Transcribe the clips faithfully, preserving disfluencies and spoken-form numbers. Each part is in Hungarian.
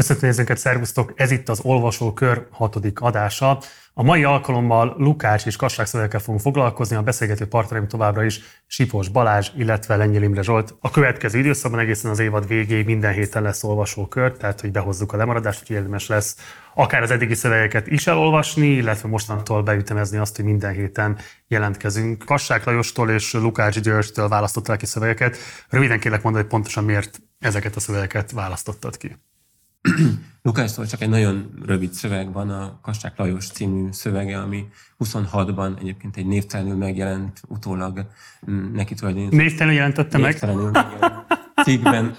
Köszöntöm nézőinket, szervusztok! Ez itt az Olvasókör hatodik adása. A mai alkalommal Lukács és Kassák szövegekkel fogunk foglalkozni, a beszélgető partnereim továbbra is Sipos Balázs, illetve Lengyel Imre Zsolt. A következő időszakban egészen az évad végéig minden héten lesz olvasókör, tehát hogy behozzuk a lemaradást, hogy érdemes lesz akár az eddigi szövegeket is elolvasni, illetve mostantól beütemezni azt, hogy minden héten jelentkezünk. Kassák Lajostól és Lukács Györgytől választottál ki szövegeket. Röviden kérlek mondani, hogy pontosan miért ezeket a szövegeket választottad ki. Lukácstól csak egy nagyon rövid szöveg van, a Kassák Lajos című szövege, ami huszonhatban egyébként egy névtelenül megjelent, utólag neki tulajdonképpen. Névtelenül jelentette meg? Névtelenül megjelent cikkben.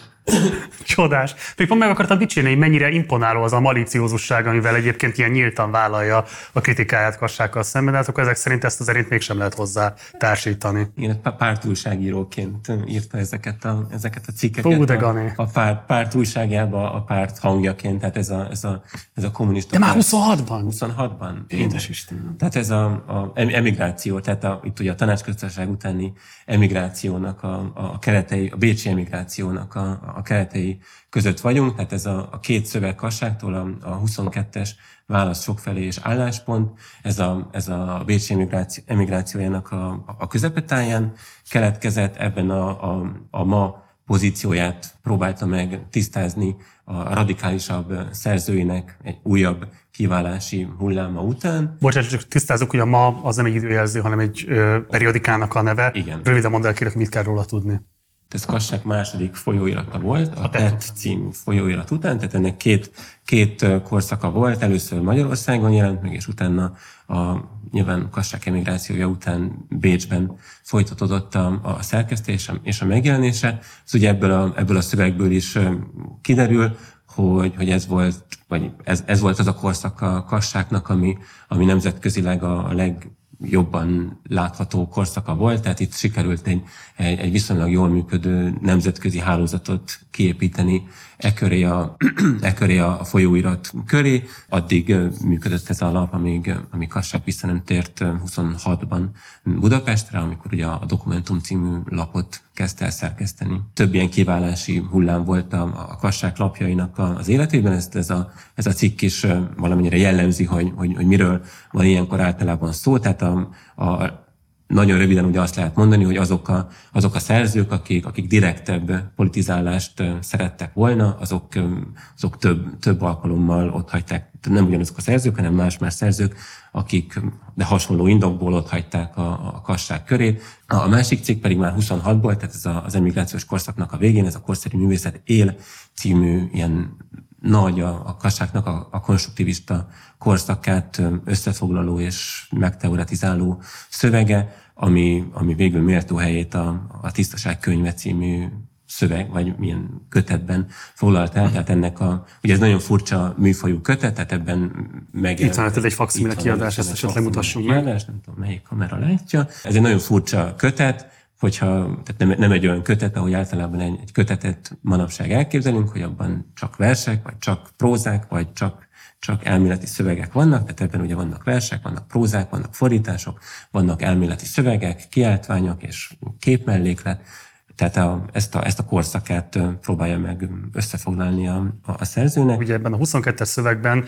Csodás. Még pont meg akartam dicsérni, hogy mennyire imponáló az a malíciózusság, amivel egyébként ilyen nyíltan vállalja a kritikáját Kassákkal szemben, de hát akkor ezek szerint ezt az erényt mégsem lehet hozzá társítani. Igen, pártújságíróként írta ezeket a, ezeket a cikkeket. Fú, de a, a párt, párt újságjába, a párt hangjaként, tehát ez a, ez a, ez a kommunista... De már huszonhatban? huszonhatban. Édes Isten. Tehát ez a, a emigráció, tehát a, itt ugye a tanácsköztársaság utáni emigrációnak, a, a keretei, a bécsi emigrációnak a, a keretei között vagyunk, tehát ez a, a két szöveg Kassáktól, a, a huszonkettes válasz sokfelé és álláspont, ez a, ez a bécsi emigráció, emigrációjának a, a közepetáján keletkezett, ebben a, a, a ma pozícióját próbálta meg tisztázni a radikálisabb szerzőinek egy újabb kiválási hulláma után. Bocsánat, csak tisztázzuk, hogy a ma az nem egy időjelző, hanem egy ö, periodikának a neve. Igen. Röviden mondd el, kérlek, mit kell róla tudni. Ez Kassák második folyóirata volt, a Tett című folyóirat után, tehát ennek két, két korszaka volt, először Magyarországon jelent meg, és utána a nyilván Kassák emigrációja után Bécsben folytatódott a, a szerkesztés és a megjelenése. Ez ugye ebből a, ebből a szövegből is kiderül, hogy, hogy ez volt, vagy ez, ez volt az a korszak a Kassáknak, ami, ami nemzetközileg a, a leg jobban látható korszaka volt, tehát itt sikerült egy, egy, egy viszonylag jól működő nemzetközi hálózatot kiépíteni e köré a, e köré a folyóirat köré. Addig működött ez a lap, amíg, amíg Kassák vissza nem tért huszonhatban Budapestre, amikor ugye a Dokumentum című lapot kezdte el szerkeszteni. Több ilyen kiválási hullám volt a, a Kassák lapjainak az életében, ezt ez a, ez a cikk is valamennyire jellemzi, hogy, hogy, hogy miről van ilyenkor általában szó, tehát a, a nagyon röviden ugye azt lehet mondani, hogy azok a, azok a szerzők, akik, akik direktebb politizálást szerettek volna, azok, azok több, több alkalommal ott hagyták, nem ugyanazok a szerzők, hanem más-más szerzők, akik de hasonló indokból ott hagyták a, a Kassák körét. A másik cikk pedig már huszonhatból, tehát ez az emigrációs korszaknak a végén, ez a Korszerű művészet él című ilyen nagy a, a Kassáknak a, a konstruktivista korszakát összefoglaló és megteoretizáló szövege, ami, ami végül méltó helyét a, a Tisztaság könyve című szöveg, vagy milyen kötetben foglalt el, tehát ennek a, ugye ez nagyon furcsa műfajú kötet, tehát ebben meg... Itt van, ez egy fakszimile kiadás, ezt esetleg mutassuk meg. Kiadás, nem tudom, melyik kamera látja. Ez egy nagyon furcsa kötet, hogyha, tehát nem, nem egy olyan kötet, ahogy általában egy, egy kötetet manapság elképzelünk, hogy abban csak versek, vagy csak prózák, vagy csak, csak elméleti szövegek vannak, tehát ebben ugye vannak versek, vannak prózák, vannak fordítások, vannak elméleti szövegek, kiáltványok és képmelléklet. Tehát a, ezt, a, ezt a korszakát próbálja meg összefoglalni a, a szerzőnek. Ugye ebben a huszonkettes szövegben,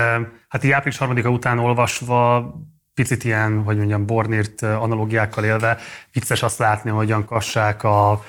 hát így április harmadika után olvasva, picit ilyen, hogy mondjam, Bornírt analógiákkal élve, vicces azt látni, hogyan Kassák a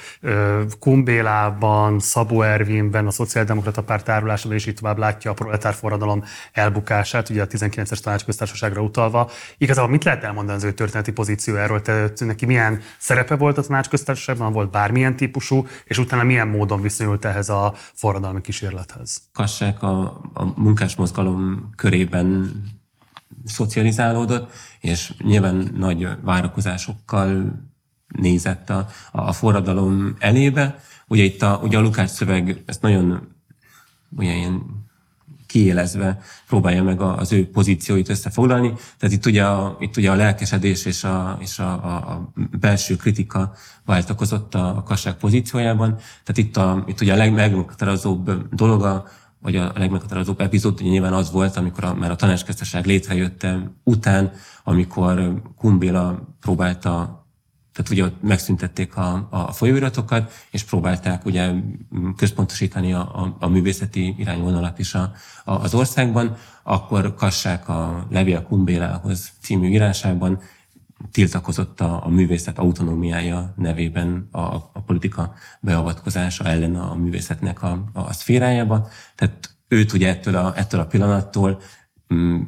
Kumbélában, Szabó Ervinben, a Szociáldemokrata Párt tárulásában, és így tovább látja a proletár forradalom elbukását, ugye a tizenkilences tanácsköztársaságra utalva. Igazából mit lehet elmondani az ő történeti pozíciójáról? Te, neki milyen szerepe volt a tanácsköztársaságban, volt bármilyen típusú, és utána milyen módon viszonyult ehhez a forradalmi kísérlethez? Kassák a, a munkásmozgalom körében szocializálódott, és nyilván nagy várakozásokkal nézett a, a forradalom elébe. Ugye itt a, ugye a Lukács szöveg ezt nagyon ugye ilyen kiélezve próbálja meg az ő pozícióit összefoglalni. Tehát itt ugye a, itt ugye a lelkesedés és a, és a, a belső kritika váltakozott a Kassák pozíciójában. Tehát itt, a, itt ugye a legmeghatározóbb dolog, vagy a legmeghatározóbb epizód ugye nyilván az volt, amikor a, már a tanácsköztársaság létrejötte után, amikor Kumbéla próbálta tehát ugye ott megszüntették a, a folyóiratokat, és próbálták ugye központosítani a, a, a művészeti irányvonalat is a, a, az országban, akkor Kassák a Levél Kumbélához című írásában tiltakozott a, a művészet autonómiája nevében a, a politika beavatkozása ellen a művészetnek a, a szférájába. Tehát őt ugye ettől a, ettől a pillanattól mm,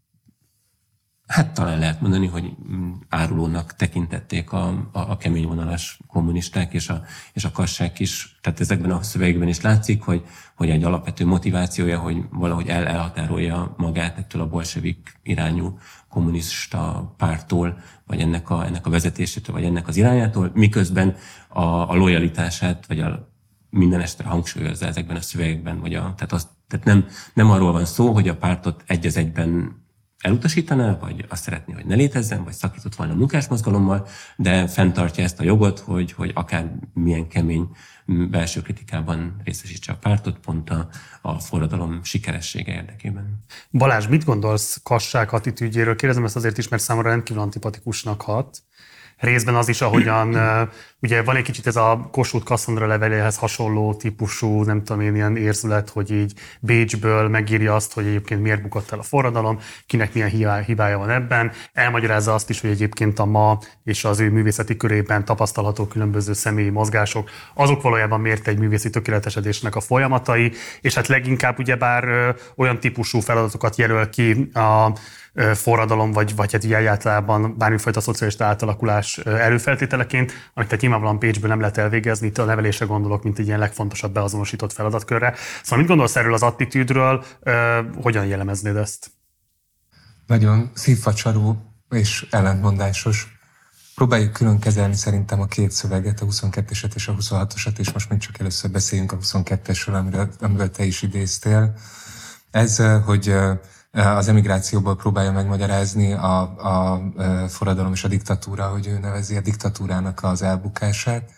hát talán lehet mondani, hogy árulónak tekintették a, a, a keményvonalas kommunisták és a, és a Kassák is. Tehát ezekben a szövegekben is látszik, hogy, hogy egy alapvető motivációja, hogy valahogy el, elhatárolja magát ettől a bolsevik irányú kommunista pártól, vagy ennek a, ennek a vezetésétől, vagy ennek az irányától, miközben a, a lojalitását, vagy a minden este hangsúlyozza ezekben a szövegekben. Vagy a, tehát az, tehát nem, nem arról van szó, hogy a pártot egy az egyben elutasítaná, vagy azt szeretné, hogy ne létezzen, vagy szakított volna a munkásmozgalommal, de fenntartja ezt a jogot, hogy, hogy akár milyen kemény belső kritikában részesítse a pártot, pont a, a forradalom sikeressége érdekében. Balázs, mit gondolsz Kassák attitűdjéről? Kérdezem ezt azért is, mert számomra rendkívül antipatikusnak hat. Részben az is, ahogyan ugye van egy kicsit ez a Kossuth Kasszandra leveléhez hasonló típusú, nem tudom én, ilyen érzület, hogy így Bécsből megírja azt, hogy egyébként miért bukott el a forradalom, kinek milyen hibája van ebben. Elmagyarázza azt is, hogy egyébként a ma és az ő művészeti körében tapasztalható különböző személyi mozgások, azok valójában miért egy művészi tökéletesedésnek a folyamatai, és hát leginkább ugyebár olyan típusú feladatokat jelöl ki a forradalom, vagy, vagy hát egyáltalán bármifajta szocialista átalakulás előfeltételeként, amit tehát nyilvánvalóan Pécsből nem lehet elvégezni, itt a nevelésre gondolok, mint egy ilyen legfontosabb beazonosított feladatkörre. Szóval mit gondolsz erről az attitűdről, hogyan jellemeznéd ezt? Nagyon szívfacsaró és ellentmondásos. Próbáljuk külön kezelni szerintem a két szöveget, a huszonkettőset és a huszonhatosat, és most még csak először beszéljünk a huszonkettesről, amiről, amiről te is idéztél. Ez, hogy az emigrációból próbálja megmagyarázni a, a forradalom és a diktatúra, hogy ő nevezi a diktatúrának az elbukását.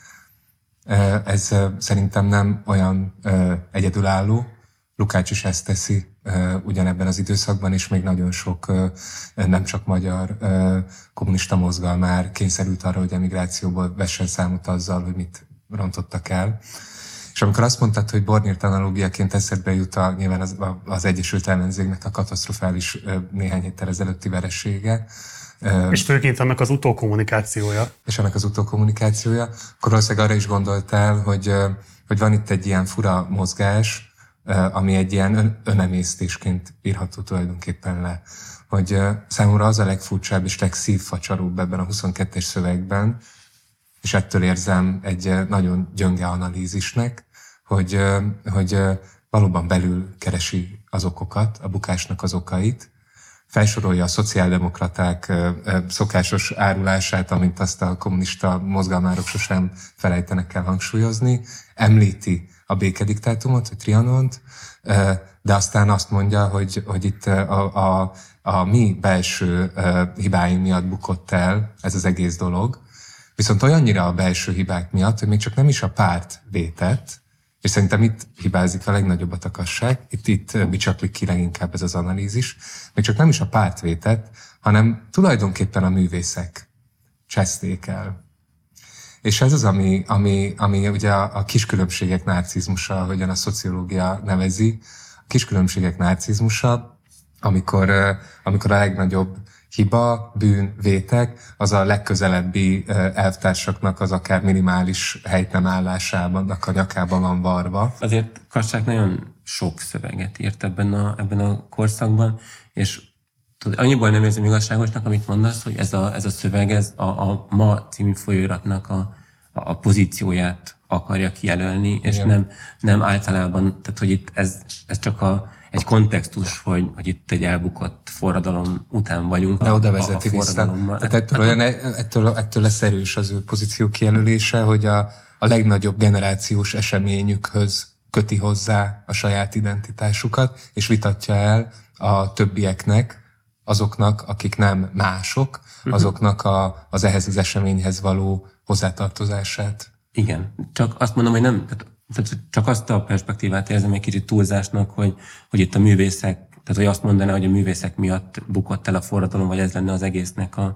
Ez szerintem nem olyan egyedülálló. Lukács is ezt teszi ugyanebben az időszakban, és még nagyon sok nem csak magyar kommunista mozgalom már kényszerült arra, hogy emigrációból vessen számot azzal, hogy mit rontottak el. És amikor azt mondtad, hogy Bornírt analógiaként eszedbe jut a, nyilván az, az Egyesült Ellenzéknek a katasztrofális néhány héttel ezelőtti veresége. És főként annak az utókommunikációja. És annak az utókommunikációja. Akkor valószínűleg arra is gondoltál, hogy, hogy van itt egy ilyen fura mozgás, ami egy ilyen ön, önemésztésként írható tulajdonképpen le. Hogy számomra az a legfurcsább és legszívfacsaróbb ebben a huszonkettes szövegben, és ettől érzem egy nagyon gyönge analízisnek, hogy, hogy valóban belül keresi az okokat, a bukásnak az okait, felsorolja a szociáldemokraták szokásos árulását, amint azt a kommunista mozgalmárok sosem felejtenek el hangsúlyozni, említi a békediktátumot, vagy Trianont, de aztán azt mondja, hogy, hogy itt a, a, a mi belső hibáink miatt bukott el ez az egész dolog, viszont olyannyira a belső hibák miatt, hogy még csak nem is a párt vétett, és szerintem itt hibázik a legnagyobbat a Kassák, itt, itt bicsaklik ki leginkább ez az analízis, még csak nem is a párt vétett, hanem tulajdonképpen a művészek cseszték el. És ez az, ami, ami, ami ugye a, a kiskülönbségek narcizmusa, ahogyan a szociológia nevezi, a kiskülönbségek narcizmusa, amikor, amikor a legnagyobb hiba, bűn, vétek, az a legközelebbi elvtársaknak az akár minimális helytlenállásában, a nyakában van varva. Azért Kassák nagyon sok szöveget írt ebben a, ebben a korszakban, és tudod, annyiból nem érzem igazságosnak, amit mondasz, hogy ez a, ez a szöveg, ez a, a Ma című folyóiratnak a, a pozícióját akarja kijelölni, és nem, nem általában, tehát hogy itt ez, ez csak a egy kontextus, hogy, hogy itt egy elbukott forradalom után vagyunk. De oda vezeti vissza. Tehát ettől, olyan, ettől, ettől lesz erős az ő pozíció kijelölése, hogy a, a legnagyobb generációs eseményükhöz köti hozzá a saját identitásukat, és vitatja el a többieknek, azoknak, akik nem mások, azoknak a, az ehhez az eseményhez való hozzátartozását. Igen, csak azt mondom, hogy nem... Tehát csak azt a perspektívát érzem egy kicsit túlzásnak, hogy, hogy itt a művészek, tehát hogy azt mondaná, hogy a művészek miatt bukott el a forradalom, vagy ez lenne az egésznek a,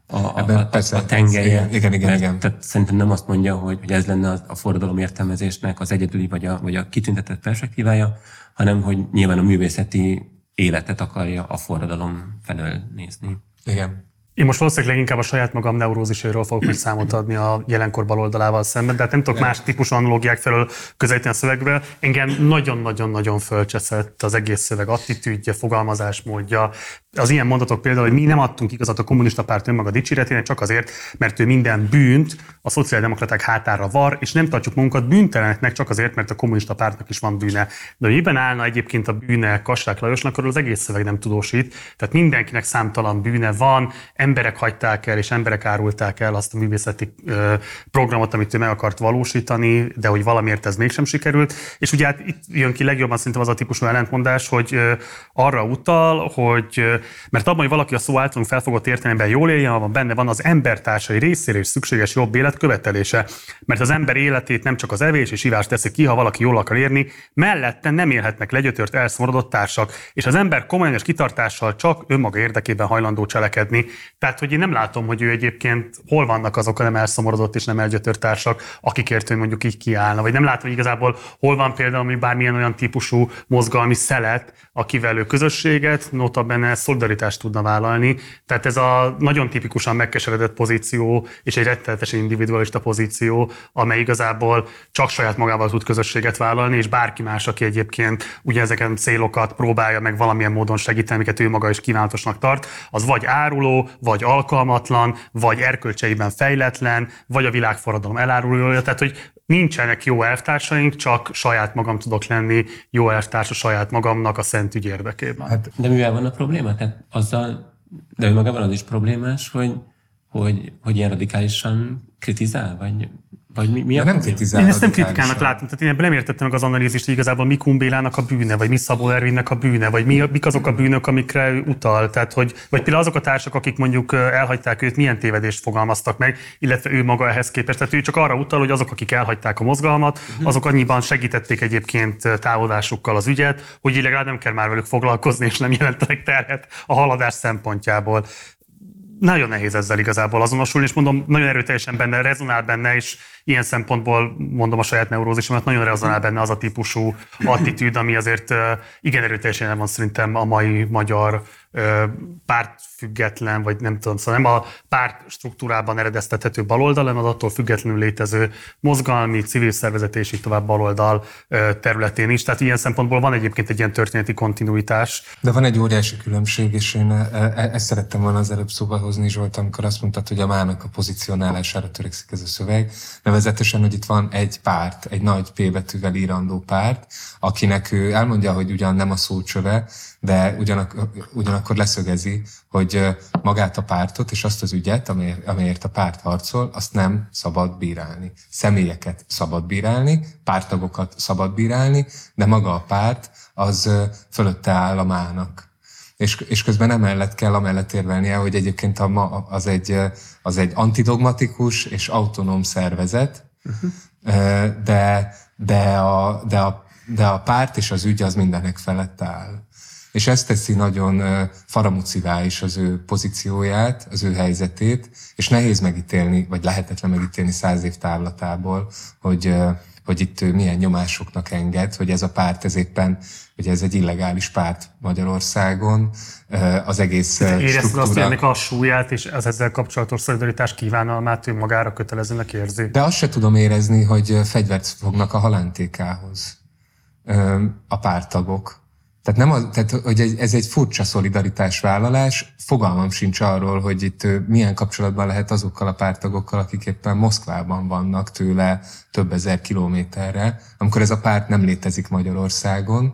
a, a, a, a tengelye. Igen, igen, igen, mert, igen. Tehát szerintem nem azt mondja, hogy, hogy ez lenne a, a forradalom értelmezésnek az egyedüli vagy a, vagy a kitüntetett perspektívája, hanem hogy nyilván a művészeti életet akarja a forradalom felől nézni. Igen. Én most valószínűleg leginkább a saját magam neurózisairól fogok majd számot adni a jelenkor baloldalával szemben, de hát nem tudok más típusú analógiák felől közelíteni a szövegből. Engem nagyon-nagyon-nagyon fölcseszett az egész szöveg attitűdje, fogalmazásmódja. Az ilyen mondatok például, hogy mi nem adtunk igazat a kommunista párt önmaga dicséretének csak azért, mert ő minden bűnt a szociáldemokraták hátára var, és nem tartjuk magunkat bűnteleneknek csak azért, mert a kommunista pártnak is van bűne. De hogy miben állna egyébként a bűne Kassák Lajosnak, arról az egész szöveg nem tudósít. Tehát mindenkinek számtalan bűne van, emberek hagyták el, és emberek árulták el azt a művészeti ö, programot, amit ő meg akart valósítani, de hogy valamiért ez mégsem sikerült. És ugye hát itt jön ki legjobban szerintem az a típusú ellentmondás, hogy ö, arra utal, hogy ö, mert abban, hogy valaki a szó általunk felfogott értelemben jól éljen, van benne van az embertársai részére is szükséges jobb élet követelése. Mert az ember életét nem csak az evés és ivás teszi ki, ha valaki jól akar érni, mellette nem élhetnek legyötört, elszomorodott társak, és az ember komolyan és kitartással csak önmaga érdekében hajlandó cselekedni. Tehát, hogy én nem látom, hogy ő egyébként hol vannak azok a nem elszomorodott és nem elgyötört társak, akikért ő mondjuk így kiállna. Vagy nem látom, hogy igazából hol van például hogy bármilyen olyan típusú mozgalmi szelet, akivel ő közösséget, nota bene szolidaritást tudna vállalni. Tehát ez a nagyon tipikusan megkeseredett pozíció és egy rettenetesen individualista pozíció, amely igazából csak saját magával tud közösséget vállalni, és bárki más, aki egyébként ugye ezeken célokat próbálja meg valamilyen módon segíteni, amiket ő maga is kívánatosnak tart, az vagy áruló, vagy alkalmatlan, vagy erkölcseiben fejletlen, vagy a világforradalom elárulója. Tehát, hogy nincsenek jó elvtársaink, csak saját magam tudok lenni jó elvtársa saját magamnak a szent ügy érdekében. Hát, de mivel van a probléma? Tehát azzal, de önmagában az is problémás, hogy, hogy, hogy ilyen radikálisan kritizál, vagy, vagy mi, mi a nem kritizál? Én ezt nem kritikának látom, tehát én ebben nem értettem meg az analízist, hogy igazából mi Kumbélának a bűne, vagy mi Szabó Ervinnek a bűne, vagy mi, mik azok a bűnök, amikre ő utal. Tehát, hogy, vagy például azok a társak, akik mondjuk elhagyták őt, milyen tévedést fogalmaztak meg, illetve ő maga ehhez képest. Tehát ő csak arra utal, hogy azok, akik elhagyták a mozgalmat, azok annyiban segítették egyébként távozásukkal az ügyet, hogy így legalább nem kell már velük foglalkozni, és nem jelentenek terhet a haladás szempontjából. Nagyon nehéz ezzel igazából azonosulni, és mondom, nagyon erőteljesen benne, rezonál benne, és ilyen szempontból mondom a saját neurózisomat, nagyon rezonál benne az a típusú attitűd, ami azért igen erőteljesen el van szerintem a mai magyar pártfüggetlen, vagy nem tudom, szóval nem a párt struktúrában eredeztethető baloldal, hanem az attól függetlenül létező mozgalmi, civil szervezet és így tovább baloldal területén is. Tehát ilyen szempontból van egyébként egy ilyen történeti kontinuitás. De van egy óriási különbség, és én ezt szerettem volna az előbb szóba hozni, Zsolt, amikor azt mondtad, hogy a mának a pozícionálására törekszik ez a szöveg. Nevezetesen, hogy itt van egy párt, egy nagy P betűvel írandó párt, akinek ő elmondja, hogy ugyan nem a szócsöve, de ugyanak, ugyanakkor leszögezi, hogy magát a pártot és azt az ügyet, amelyért a párt harcol, azt nem szabad bírálni. Személyeket szabad bírálni, párttagokat szabad bírálni, de maga a párt az fölötte áll a mának. És, és közben emellett kell amellett érvelnie, hogy egyébként a ma az egy, az egy antidogmatikus és autonóm szervezet, uh-huh. de, de, a, de, a, de a párt és az ügy az mindenek felett áll. És ezt teszi nagyon faramucivá is az ő pozícióját, az ő helyzetét, és nehéz megítélni, vagy lehetetlen megítélni száz év távlatából, hogy, hogy itt milyen nyomásoknak enged, hogy ez a párt, ez éppen, hogy ez egy illegális párt Magyarországon, az egész struktúra. Érezted azt, hogy ennek a súlyát és az ezzel kapcsolatos szolidaritás kívánalmát ő magára kötelezőnek érzi? De azt se tudom érezni, hogy fegyvert fognak a halántékához a párttagok. Tehát, nem az, tehát hogy ez egy furcsa szolidaritásvállalás, fogalmam sincs arról, hogy itt milyen kapcsolatban lehet azokkal a párttagokkal, akik éppen Moszkvában vannak tőle több ezer kilométerre, amikor ez a párt nem létezik Magyarországon,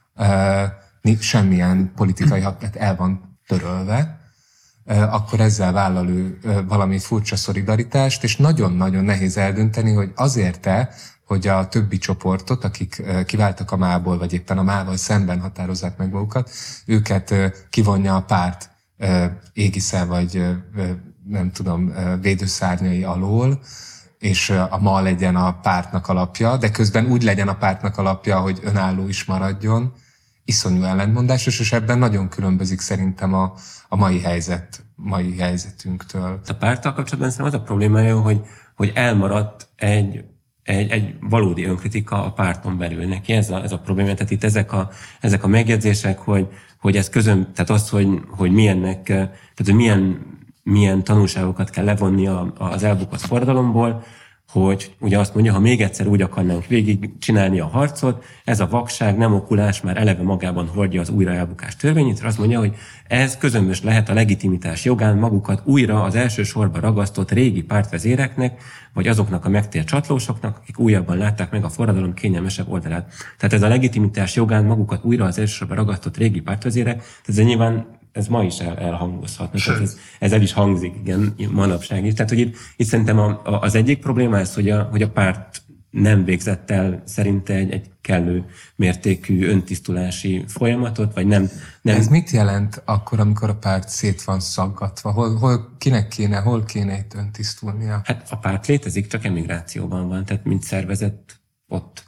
semmilyen politikai hatát el van törölve, akkor ezzel vállal ő valami furcsa szolidaritást, és nagyon-nagyon nehéz eldönteni, hogy azért-e, hogy a többi csoportot, akik kiváltak a mából, vagy éppen a mával szemben határozzák meg magukat, őket kivonja a párt égisze, vagy nem tudom, védőszárnyai alól, és a ma legyen a pártnak alapja, de közben úgy legyen a pártnak alapja, hogy önálló is maradjon, iszonyú ellentmondásos, és ebben nagyon különbözik szerintem a, a mai helyzet, mai helyzetünktől. A párttal kapcsolatban szerintem az a problémája, hogy, hogy elmaradt egy, egy, egy valódi önkritika a párton belül. Neki ez a, ez a probléma. Tehát itt ezek a, ezek a megjegyzések, hogy, hogy ez közön, tehát az, hogy, hogy milyennek, tehát hogy milyen, milyen tanulságokat kell levonni az elbukott forradalomból, hogy ugye azt mondja, ha még egyszer úgy akarnánk végig csinálni a harcot, ez a vakság, nem okulás már eleve magában hordja az újra elbukás törvényét, és azt mondja, hogy ez közömbös lehet a legitimitás jogán magukat újra az első sorba ragasztott régi pártvezéreknek, vagy azoknak a megtért csatlósoknak, akik újabban látták meg a forradalom kényelmesebb oldalát. Tehát ez a legitimitás jogán magukat újra az első sorba ragasztott régi pártvezérek, ez nyilván ez ma is el, elhangozhat. Ez, ez el is hangzik, igen, manapság is. Tehát, hogy itt, itt szerintem a, a, az egyik probléma ez, hogy a, hogy a párt nem végzett el szerinte egy, egy kellő mértékű öntisztulási folyamatot, vagy nem, nem... Ez mit jelent akkor, amikor a párt szét van szaggatva? Hol, hol kinek kéne, hol kéne itt öntisztulnia? Hát a párt létezik, csak emigrációban van, tehát mint szervezet ott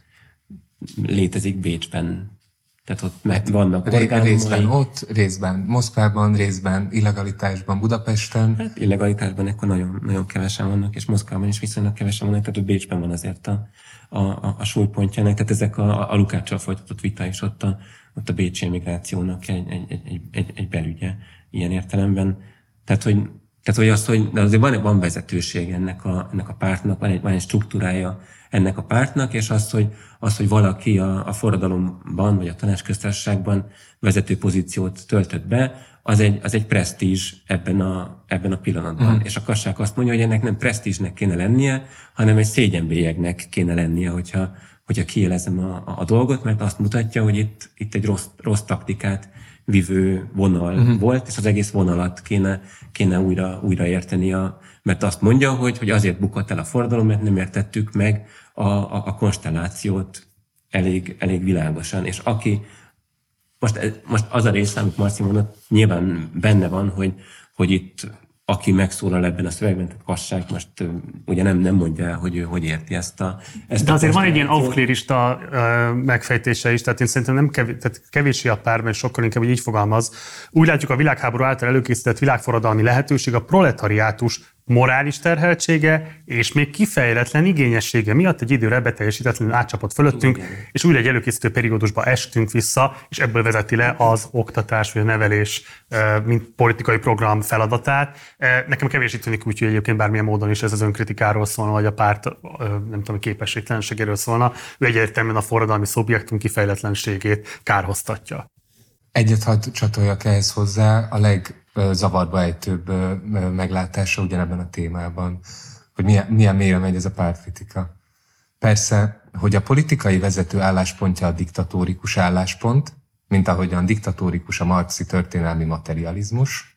létezik Bécsben. Tehát ott meg vannak orgánumai. Részben ott, részben Moszkvában, részben illegalitásban Budapesten. Hát illegalitásban ekkor nagyon, nagyon kevesen vannak, és Moszkvában is viszonylag kevesen vannak, tehát Bécsben van azért a, a, a, a súlypontjának. Tehát ezek a, a Lukáccsal folytatott vita is ott a, ott a bécsi emigrációnak egy, egy, egy, egy, egy belügye ilyen értelemben. Tehát, hogy, tehát, hogy az, hogy de azért van, van vezetőség ennek a, ennek a pártnak, van egy, van egy struktúrája ennek a pártnak, és az, hogy, az, hogy valaki a, a forradalomban, vagy a tanácsköztársaságban vezető pozíciót töltött be, az egy, az egy presztízs ebben a, ebben a pillanatban. Mm. És a Kassák azt mondja, hogy ennek nem presztízsnek kéne lennie, hanem egy szégyenbélyegnek kéne lennie, hogyha, hogyha kielezem a, a dolgot, mert azt mutatja, hogy itt, itt egy rossz, rossz taktikát vívő vonal mm. volt, és az egész vonalat kéne, kéne újra, újra érteni, a, mert azt mondja, hogy, hogy azért bukott el a forradalom, mert nem értettük meg a, a, a konstellációt elég, elég világosan. És aki, most, most az a része, amit Marci mondott, nyilván benne van, hogy, hogy itt aki megszólal ebben a szövegben, tehát Kassák most ugye nem, nem mondja el, hogy ő hogy érti ezt a... Ezt De a azért van egy ilyen aufklérista uh, megfejtése is, tehát én szerintem nem kevés, tehát kevéssé a pár, mert sokkal inkább, hogy így fogalmaz. Úgy látjuk, a világháború által előkészített világforradalmi lehetőség a proletariátus morális terheltsége és még kifejletlen igényessége miatt egy időre beteljesítetlenül átcsapott fölöttünk, igen. És újra egy előkészítő periódusba estünk vissza, és ebből vezeti le az oktatás vagy a nevelés, mint politikai program feladatát. Nekem kevés itt tűnik úgy, hogy egyébként bármilyen módon is ez az önkritikáról szólna, vagy a párt, nem tudom, képességtelenségéről szólna. Ő egyértelműen a forradalmi szubjektum kifejletlenségét kárhoztatja. Egyet hadd csatoljak ehhez hozzá, a legzavarba ejtőbb meglátása ugyanebben a témában, hogy milyen, milyen mélyre megy ez a pártkritika. Persze, hogy a politikai vezető álláspontja a diktatórikus álláspont, mint ahogyan diktatórikus a marxi történelmi materializmus,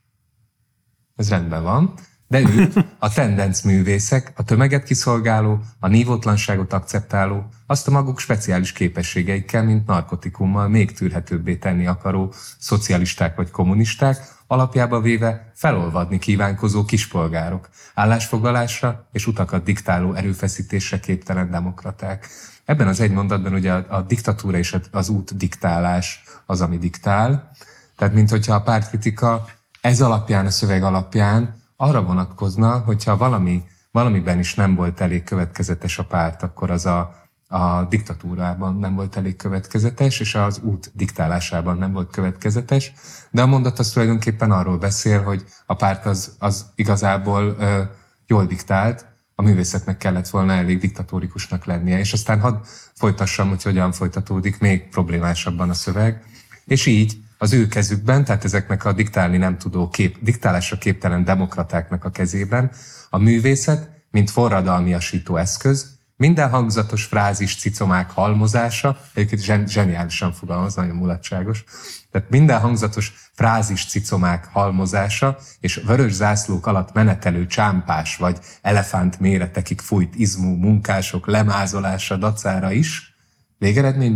ez rendben van, de ők, a tendencművészek, a tömeget kiszolgáló, a nívótlanságot akceptáló, azt a maguk speciális képességeikkel, mint narkotikummal még tűrhetőbbé tenni akaró szocialisták vagy kommunisták, alapjába véve felolvadni kívánkozó kispolgárok, állásfoglalásra és utakat diktáló erőfeszítésre képtelen demokraták. Ebben az egy mondatban ugye a, a diktatúra és az út diktálás az, ami diktál. Tehát, mint hogyha a pártkritika ez alapján, a szöveg alapján arra vonatkozna, hogyha valami, valamiben is nem volt elég következetes a párt, akkor az a, a diktatúrában nem volt elég következetes, és az út diktálásában nem volt következetes. De a mondat az tulajdonképpen arról beszél, hogy a párt az, az igazából ö, jól diktált, a művészetnek kellett volna elég diktatórikusnak lennie. És aztán hadd folytassam, hogy hogyan folytatódik még problémásabban a szöveg. És így az ő kezükben, tehát ezeknek a diktálni nem tudó, kép, diktálásra képtelen demokratáknak a kezében a művészet, mint forradalmiasító eszköz, minden hangzatos frázis, cicomák halmozása, egyébként zsen, zseniálisan fogalmaz, nagyon mulatságos, tehát minden hangzatos frázis, cicomák halmozása és vörös zászlók alatt menetelő csámpás vagy elefánt méretekig fújt izmú munkások lemázolása dacára is, végeredményben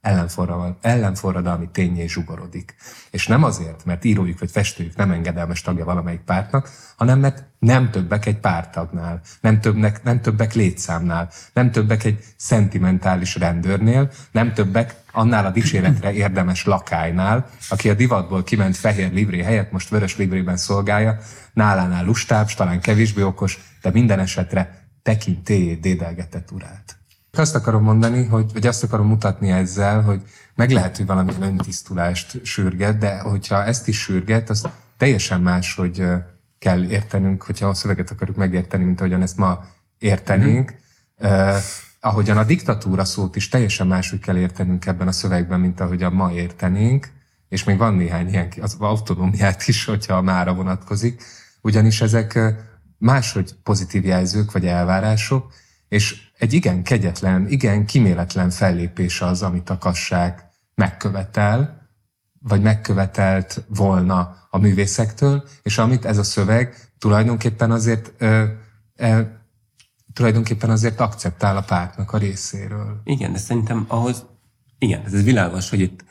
ellenforradalmi ténnyé zsugorodik. És nem azért, mert írójuk vagy festőjük nem engedelmes tagja valamelyik pártnak, hanem mert nem többek egy párttagnál, nem, többnek, nem többek létszámnál, nem többek egy szentimentális rendőrnél, nem többek annál a dicséretre érdemes lakálynál, aki a divatból kiment fehér livré helyett most vörös livrében szolgálja, nálánál lustább, talán kevésbé okos, de minden esetre tekintélyét dédelgetett urát. Azt akarom mondani, hogy, vagy azt akarom mutatni ezzel, hogy meg lehet, hogy valami öntisztulást sürget, de hogyha ezt is sürget, az teljesen más, hogy kell értenünk, hogyha a szöveget akarjuk megérteni, mint ahogyan ezt ma értenénk. Mm. Uh, ahogyan a diktatúra szót is teljesen máshogy kell értenünk ebben a szövegben, mint ahogyan ma értenénk, és még van néhány ilyen, az autonómiát is, hogyha mára vonatkozik, ugyanis ezek máshogy pozitív jelzők vagy elvárások, és egy igen kegyetlen, igen kíméletlen fellépés az, amit a kasság megkövetel, vagy megkövetelt volna a művészektől, és amit ez a szöveg tulajdonképpen azért, ö, ö, tulajdonképpen azért akceptál a pártnak a részéről. Igen, de szerintem ahhoz, igen, ez világos, hogy itt,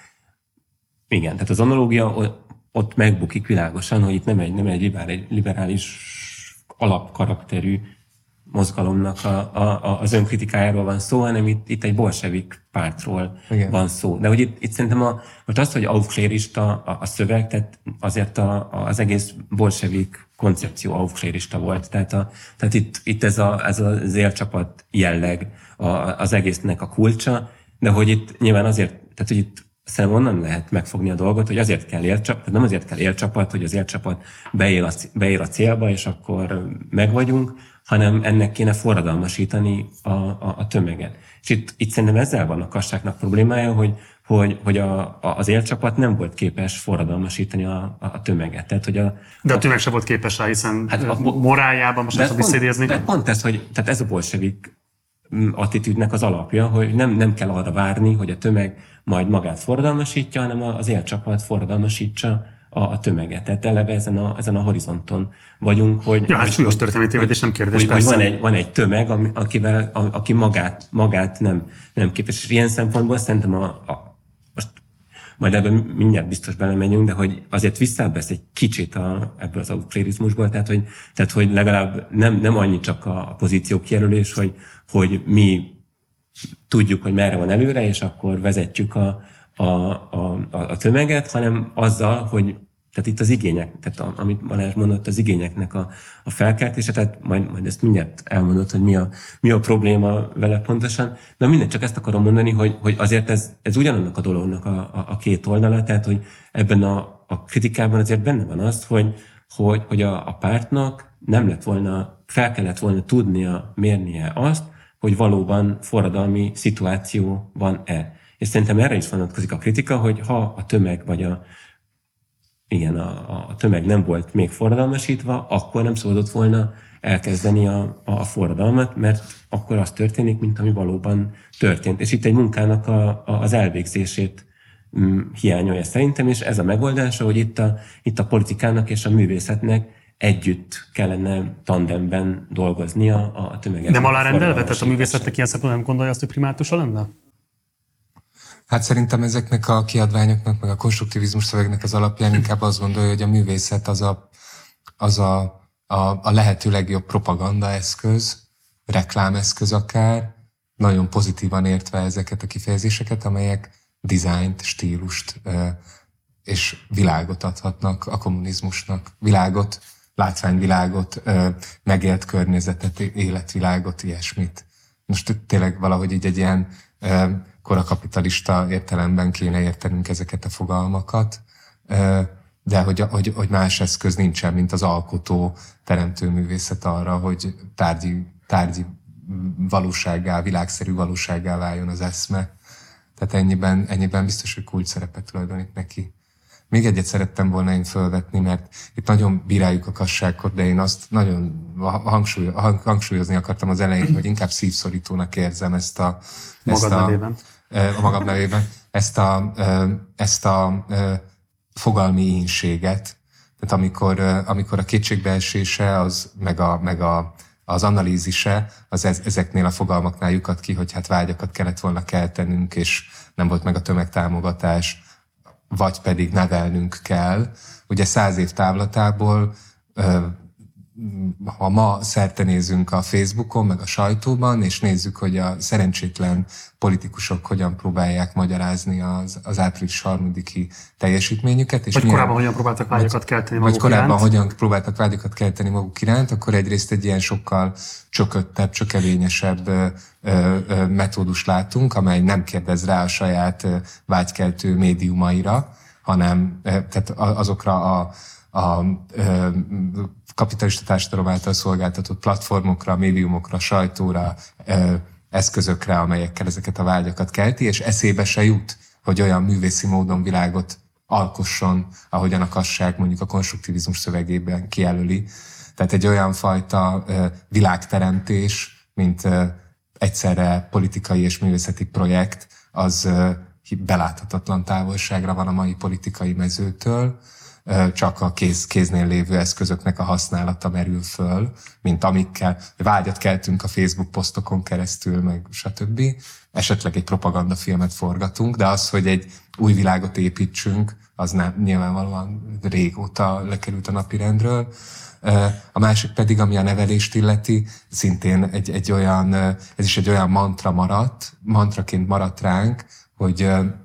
igen, tehát az analógia ott megbukik világosan, hogy itt nem egy, nem egy liberális alapkarakterű mozgalomnak a, a, az önkritikájáról van szó, hanem itt, itt egy bolsevik pártról igen. van szó. De hogy itt, itt szerintem a, most az, hogy aufklérista a, a szöveg, tehát azért a, az egész bolsevik koncepció aufklérista volt. Tehát, a, tehát itt, itt ez, a, ez az élcsapat jelleg a, az egésznek a kulcsa, de hogy itt nyilván azért, tehát hogy itt szerintem onnan lehet megfogni a dolgot, hogy azért kell élcsapat, tehát nem azért kell élcsapat, hogy az élcsapat beér a, beér a célba, és akkor megvagyunk, hanem ennek kéne forradalmasítani a, a, a tömeget. És itt, itt szerintem ezzel van a kasságnak problémája, hogy, hogy, hogy a, a, az élcsapat nem volt képes forradalmasítani a, a, a tömeget. Tehát, hogy a, de a tömeg sem volt képes rá, hiszen hát a, moráljában most ezt visszaidézni. De pont ez, hogy tehát ez a bolsevik attitűdnek az alapja, hogy nem, nem kell arra várni, hogy a tömeg majd magát forradalmasítja, hanem az élcsapat forradalmasítsa a, a tömeget. Tehát eleve ezen a, ezen a horizonton vagyunk, hogy... Ja, hát súlyos történelmi tévedés, nem kérdés. Hogy, hogy van, egy, van egy tömeg, akivel, aki magát, magát nem, nem képes. És ilyen szempontból szerintem a, a most majd ebben mindjárt biztos belemegyünk, de hogy azért visszavesz egy kicsit a, ebből az aufklérizmusból, tehát hogy, tehát hogy legalább nem, nem annyi csak a pozíció kijelölés, hogy, hogy mi tudjuk, hogy merre van előre, és akkor vezetjük a, a, a, a tömeget, hanem azzal, hogy tehát itt az igények, tehát a, amit Balázs mondott, az igényeknek a, a felkeltése, tehát majd, majd ezt mindjárt elmondott, hogy mi a, mi a probléma vele pontosan, de minden csak ezt akarom mondani, hogy, hogy azért ez, ez ugyanannak a dolognak a, a, a két oldala, tehát hogy ebben a, a kritikában azért benne van az, hogy, hogy, hogy a, a pártnak nem lett volna, fel kellett volna tudnia, mérnie azt, hogy valóban forradalmi szituáció van-e. És szerintem erre is vonatkozik a kritika, hogy ha a tömeg vagy a igen, a, a tömeg nem volt még forradalmasítva, akkor nem szabadott volna elkezdeni a, a forradalmat, mert akkor az történik, mint ami valóban történt. És itt egy munkának a, a, az elvégzését mm, hiányolja szerintem, és ez a megoldása, hogy itt a, itt a politikának és a művészetnek együtt kellene tandemben dolgoznia a tömeget. Nem alárendelve? Tehát a művészetnek ilyen szempontból nem gondolja azt, hogy primátusa lenne? Hát szerintem ezeknek a kiadványoknak, meg a konstruktivizmus szövegnek az alapján inkább azt gondolja, hogy a művészet az a, az a, a, a lehető legjobb propagandaeszköz, reklámeszköz akár, nagyon pozitívan értve ezeket a kifejezéseket, amelyek dizájnt, stílust és világot adhatnak a kommunizmusnak. Világot, látványvilágot, megélt környezetet, életvilágot, ilyesmit. Most tényleg valahogy így egy ilyen korakapitalista értelemben kéne értenünk ezeket a fogalmakat, de hogy, hogy, hogy más eszköz nincsen, mint az alkotó, teremtő művészet arra, hogy tárgyi, tárgyi valósággá, világszerű valósággá váljon az eszme. Tehát ennyiben, ennyiben biztos, hogy kulcs szerepet tulajdonít neki. Még egyet szerettem volna én fölvetni, mert itt nagyon bíráljuk a kasságot, de én azt nagyon hangsúly, hangsúlyozni akartam az elején, hogy inkább szívszorítónak érzem ezt a... Ezt magad a, nevében. A magam nevében. Ezt a, ezt a fogalmi ínséget. Tehát amikor, amikor a kétségbeesése, az, meg, a, meg a, az analízise az ezeknél a fogalmaknál lyukat ki, hogy hát vágyakat kellett volna keltenünk, és nem volt meg a tömegtámogatás, vagy pedig nevelnünk kell. Ugye száz év távlatából, ha ma szerte nézünk a Facebookon, meg a sajtóban, és nézzük, hogy a szerencsétlen politikusok hogyan próbálják magyarázni az, az április harmadiki teljesítményüket. És vagy milyen, korábban hogyan próbáltak vágyakat kelteni maguk Vagy korábban iránt. hogyan próbáltak vágyakat kelteni maguk iránt, akkor egyrészt egy ilyen sokkal csököttebb, csökevényesebb ö, ö, metódust látunk, amely nem kérdez rá a saját ö, vágykeltő médiumaira, hanem ö, tehát azokra a, a ö, kapitalista társadalom által szolgáltatott platformokra, médiumokra, sajtóra, ö, eszközökre, amelyekkel ezeket a vágyakat kelti, és eszébe se jut, hogy olyan művészi módon világot alkosson, ahogyan a Kasság mondjuk a konstruktivizmus szövegében kijelöli. Tehát egy olyan fajta ö, világteremtés, mint ö, egyszerre politikai és művészeti projekt, az ö, beláthatatlan távolságra van a mai politikai mezőtől, csak a kéz, kéznél lévő eszközöknek a használata merül föl, mint amikkel vágyat keltünk a Facebook posztokon keresztül, meg stb. Esetleg egy propagandafilmet forgatunk, de az, hogy egy új világot építsünk, az nem, nyilvánvalóan régóta lekerült a napirendről. A másik pedig, ami a nevelést illeti, szintén egy, egy olyan, ez is egy olyan mantra maradt, mantraként maradt ránk, hogy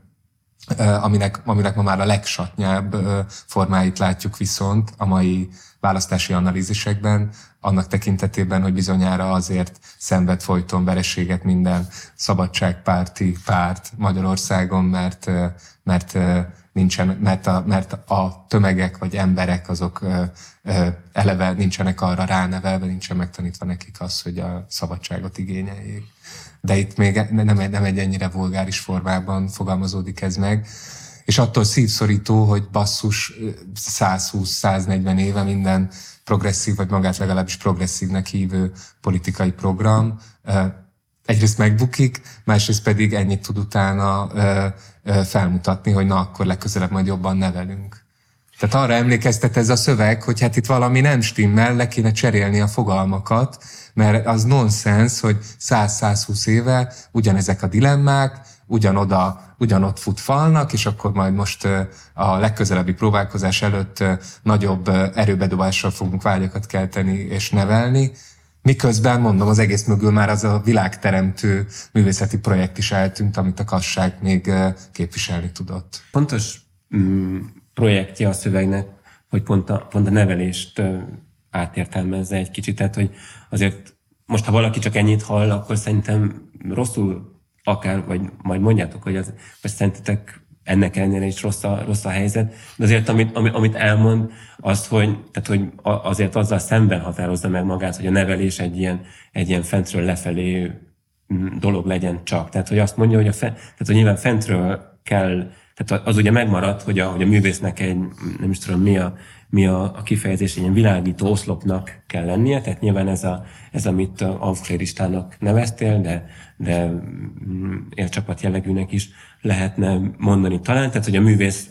Aminek, aminek ma már a legsatnyább formáit látjuk viszont a mai választási analízisekben, annak tekintetében, hogy bizonyára azért szenved folyton vereséget minden szabadságpárti párt Magyarországon, mert, mert, nincsen, mert, a, mert a tömegek vagy emberek azok eleve nincsenek arra ránevelve, nincsen megtanítva nekik az, hogy a szabadságot igényeljék. De itt még nem egy, nem egy ennyire vulgáris formában fogalmazódik ez meg. És attól szívszorító, hogy basszus száz húsz száz negyven éve minden progresszív, vagy magát legalábbis progresszívnek hívő politikai program egyrészt megbukik, másrészt pedig ennyit tud utána felmutatni, hogy na akkor legközelebb majd jobban nevelünk. Tehát arra emlékeztet ez a szöveg, hogy hát itt valami nem stimmel, le kéne cserélni a fogalmakat, mert az nonsens, hogy száz-százhúsz éve ugyanezek a dilemmák, ugyanoda, ugyanott fut falnak, és akkor majd most a legközelebbi próbálkozás előtt nagyobb erőbedobással fogunk vágyakat kelteni és nevelni, miközben, mondom, az egész mögül már az a világteremtő művészeti projekt is eltűnt, amit a Kasság még képviselni tudott. Pontos mm, projektje a szövegnek, hogy pont a, pont a nevelést átértelmezze egy kicsit, tehát hogy azért most, ha valaki csak ennyit hall, akkor szerintem rosszul akár, vagy majd mondjátok, hogy az, vagy szerintetek ennek ellenére is rossz a, rossz a helyzet, de azért amit, amit elmond, az, hogy, tehát, hogy azért azzal szemben határozza meg magát, hogy a nevelés egy ilyen, egy ilyen fentről lefelé dolog legyen csak. Tehát, hogy azt mondja, hogy, a fe, tehát, hogy nyilván fentről kell, tehát az ugye megmaradt, hogy a, hogy a művésznek egy, nem is tudom mi a, mi a, a kifejezés, egy ilyen világító oszlopnak kell lennie, tehát nyilván ez, a, ez amit avkléristának neveztél, de, de élcsapat jellegűnek is lehetne mondani talán, tehát hogy a művész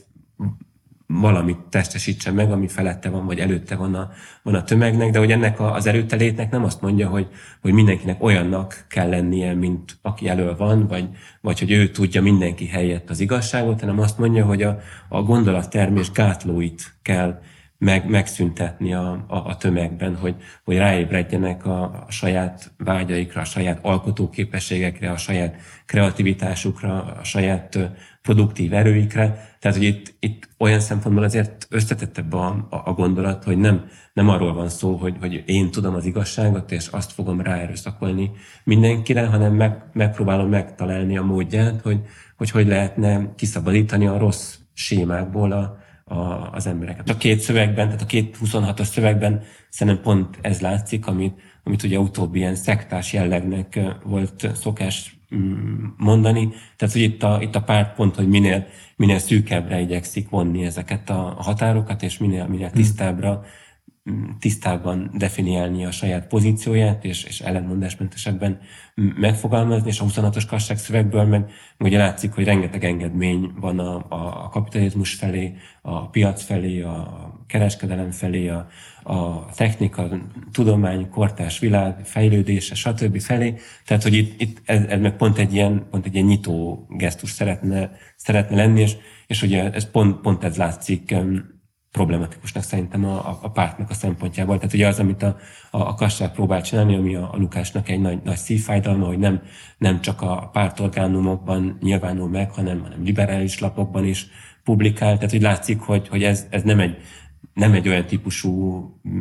valamit testesítsen meg, ami felette van, vagy előtte van a, van a tömegnek, de hogy ennek a, az előttelétnek nem azt mondja, hogy, hogy mindenkinek olyannak kell lennie, mint aki elől van, vagy, vagy hogy ő tudja mindenki helyett az igazságot, hanem azt mondja, hogy a, a gondolattermés gátlóit kell meg, megszüntetni a, a, a tömegben, hogy, hogy ráébredjenek a, a saját vágyaikra, a saját alkotóképességekre, a saját kreativitásukra, a saját produktív erőikre. Tehát, hogy itt, itt olyan szempontból azért összetettebb a, a, a gondolat, hogy nem, nem arról van szó, hogy, hogy én tudom az igazságot, és azt fogom ráerőszakolni mindenkire, hanem meg, megpróbálom megtalálni a módját, hogy, hogy hogy lehetne kiszabadítani a rossz sémákból a, a, az embereket. A két szövegben, tehát a két huszonhatos szövegben szerintem pont ez látszik, amit, amit ugye utóbbi ilyen szektás jellegnek volt szokás mondani. Tehát, hogy itt a, itt a párt pont, hogy minél, minél szűkebbre igyekszik vonni ezeket a határokat, és minél, minél tisztábbra tisztában definiálni a saját pozícióját, és, és ellentmondásmentesebben megfogalmazni, és a huszonhatos kasság szövegből meg ugye látszik, hogy rengeteg engedmény van a, a kapitalizmus felé, a piac felé, a kereskedelem felé, a, a technika, tudomány, kortárs világ fejlődése, stb. Felé. Tehát, hogy itt, itt ez, ez meg pont egy ilyen, pont egy ilyen nyitó gesztus szeretne, szeretne lenni, és, és ugye ez pont, pont ez látszik problematikusnak szerintem a, a pártnak a szempontjából. Tehát ugye az, amit a, a, a kasság próbál csinálni, ami a, a Lukásnak egy nagy, nagy szívfájdalma, hogy nem, nem csak a pártorgánumokban nyilvánul meg, hanem, hanem liberális lapokban is publikál. Tehát hogy látszik, hogy, hogy ez, ez nem, egy, nem egy olyan típusú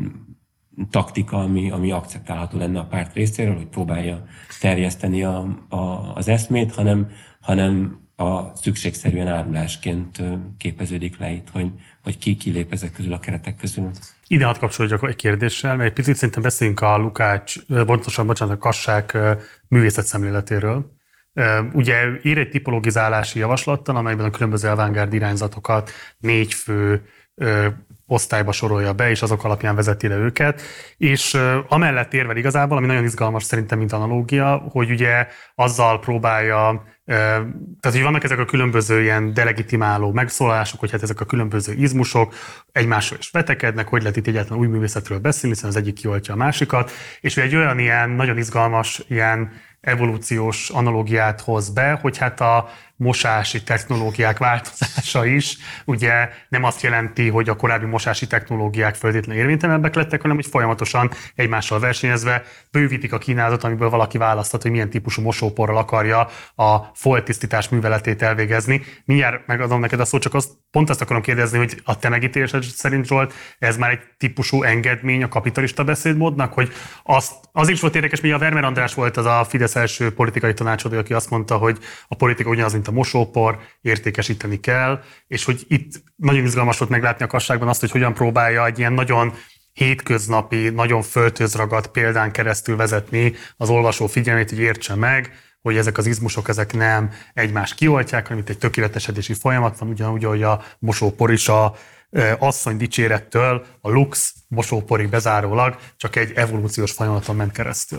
taktika, ami, ami akceptálható lenne a párt részéről, hogy próbálja terjeszteni a, a, az eszmét, hanem, hanem a szükségszerűen árulásként képeződik le itt, hogy, hogy ki kilép ezek közül a keretek közül. Ide hadd kapcsolódjak egy kérdéssel, mert egy picit szerintem beszéljünk a Lukács, pontosan, bocsánat, a kassák művészetszemléletéről. Ugye ír egy tipologizálási javaslattal, amelyben a különböző avantgárd irányzatokat négy fő osztályba sorolja be, és azok alapján vezeti le őket. És amellett érvel igazából, ami nagyon izgalmas szerintem, mint analógia, hogy ugye azzal próbálja, tehát hogy vannak ezek a különböző ilyen delegitimáló megszólalások, hogy hát ezek a különböző izmusok egymásról is vetekednek, hogy lehet itt egyáltalán új művészetről beszélni, hiszen az egyik kioltja a másikat, és egy olyan ilyen nagyon izgalmas ilyen evolúciós analógiát hoz be, hogy hát a mosási technológiák változása is ugye nem azt jelenti, hogy a korábbi mosási technológiák feltétlenül érvénytelenebbek lettek, hanem hogy folyamatosan egymással versenyezve bővítik a kínálatot, amiből valaki választhat, hogy milyen típusú mosóporral akarja a folttisztítás műveletét elvégezni. Mindjárt megadom neked a szót, csak azt, pont azt akarom kérdezni, hogy a te megítélésed szerint, Zsolt, ez már egy típusú engedmény a kapitalista beszédmódnak, hogy azt, az is volt érdekes, hogy a Vermer András volt az a Fidesz első politikai tanácsadó, aki azt mondta, hogy a politika ugyanaz, mint a mosópor, értékesíteni kell, és hogy itt nagyon izgalmas volt meglátni a kasságban azt, hogy hogyan próbálja egy ilyen nagyon hétköznapi, nagyon földhöz ragadt példán keresztül vezetni az olvasó figyelmét, hogy értse meg, hogy ezek az izmusok ezek nem egymást kioltják, hanem itt egy tökéletesedési folyamat van, ugyanúgy, hogy a mosópor is a asszony dicsérettől a lux mosóporig bezárólag csak egy evolúciós folyamaton ment keresztül.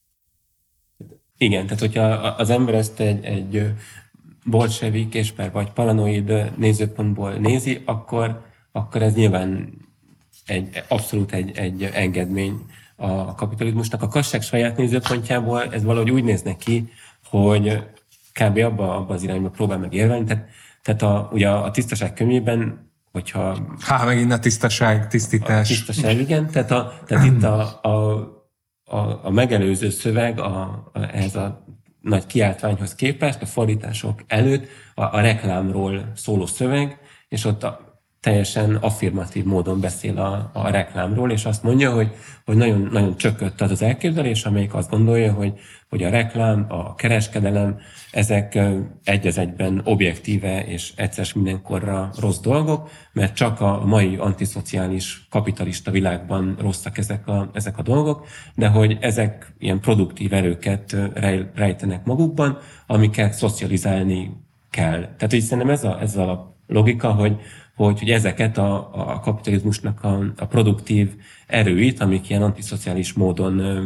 Igen, tehát hogyha az ember ezt egy, egy bolsevik és per vagy paranoid nézőpontból nézi, akkor, akkor ez nyilván egy, abszolút egy, egy engedmény a kapitalizmusnak. A kasság saját nézőpontjából ez valahogy úgy néz neki, hogy kb. abba, abba az irányba próbál meg érvelni. Tehát, tehát a, ugye a tisztaság könyvében, hogyha... Há, megint a tisztaság, tisztítás. A tisztaság, igen. Tehát, a, tehát itt a, a, a, a megelőző szöveg a, a, ehhez a nagy kiáltványhoz képest, a fordítások előtt a, a reklámról szóló szöveg, és ott a, teljesen affirmatív módon beszél a, a reklámról, és azt mondja, hogy, hogy nagyon, nagyon csökkött az az elképzelés, amelyik azt gondolja, hogy, hogy a reklám, a kereskedelem, ezek egy az egyben objektíve és egyszer mindenkorra rossz dolgok, mert csak a mai antiszociális kapitalista világban rosszak ezek a, ezek a dolgok, de hogy ezek ilyen produktív erőket rejtenek magukban, amiket szocializálni kell. Tehát hogy szerintem ez a, ez a logika, hogy Hogy, hogy ezeket a, a kapitalizmusnak a, a produktív erőit, amik ilyen antiszociális módon ö,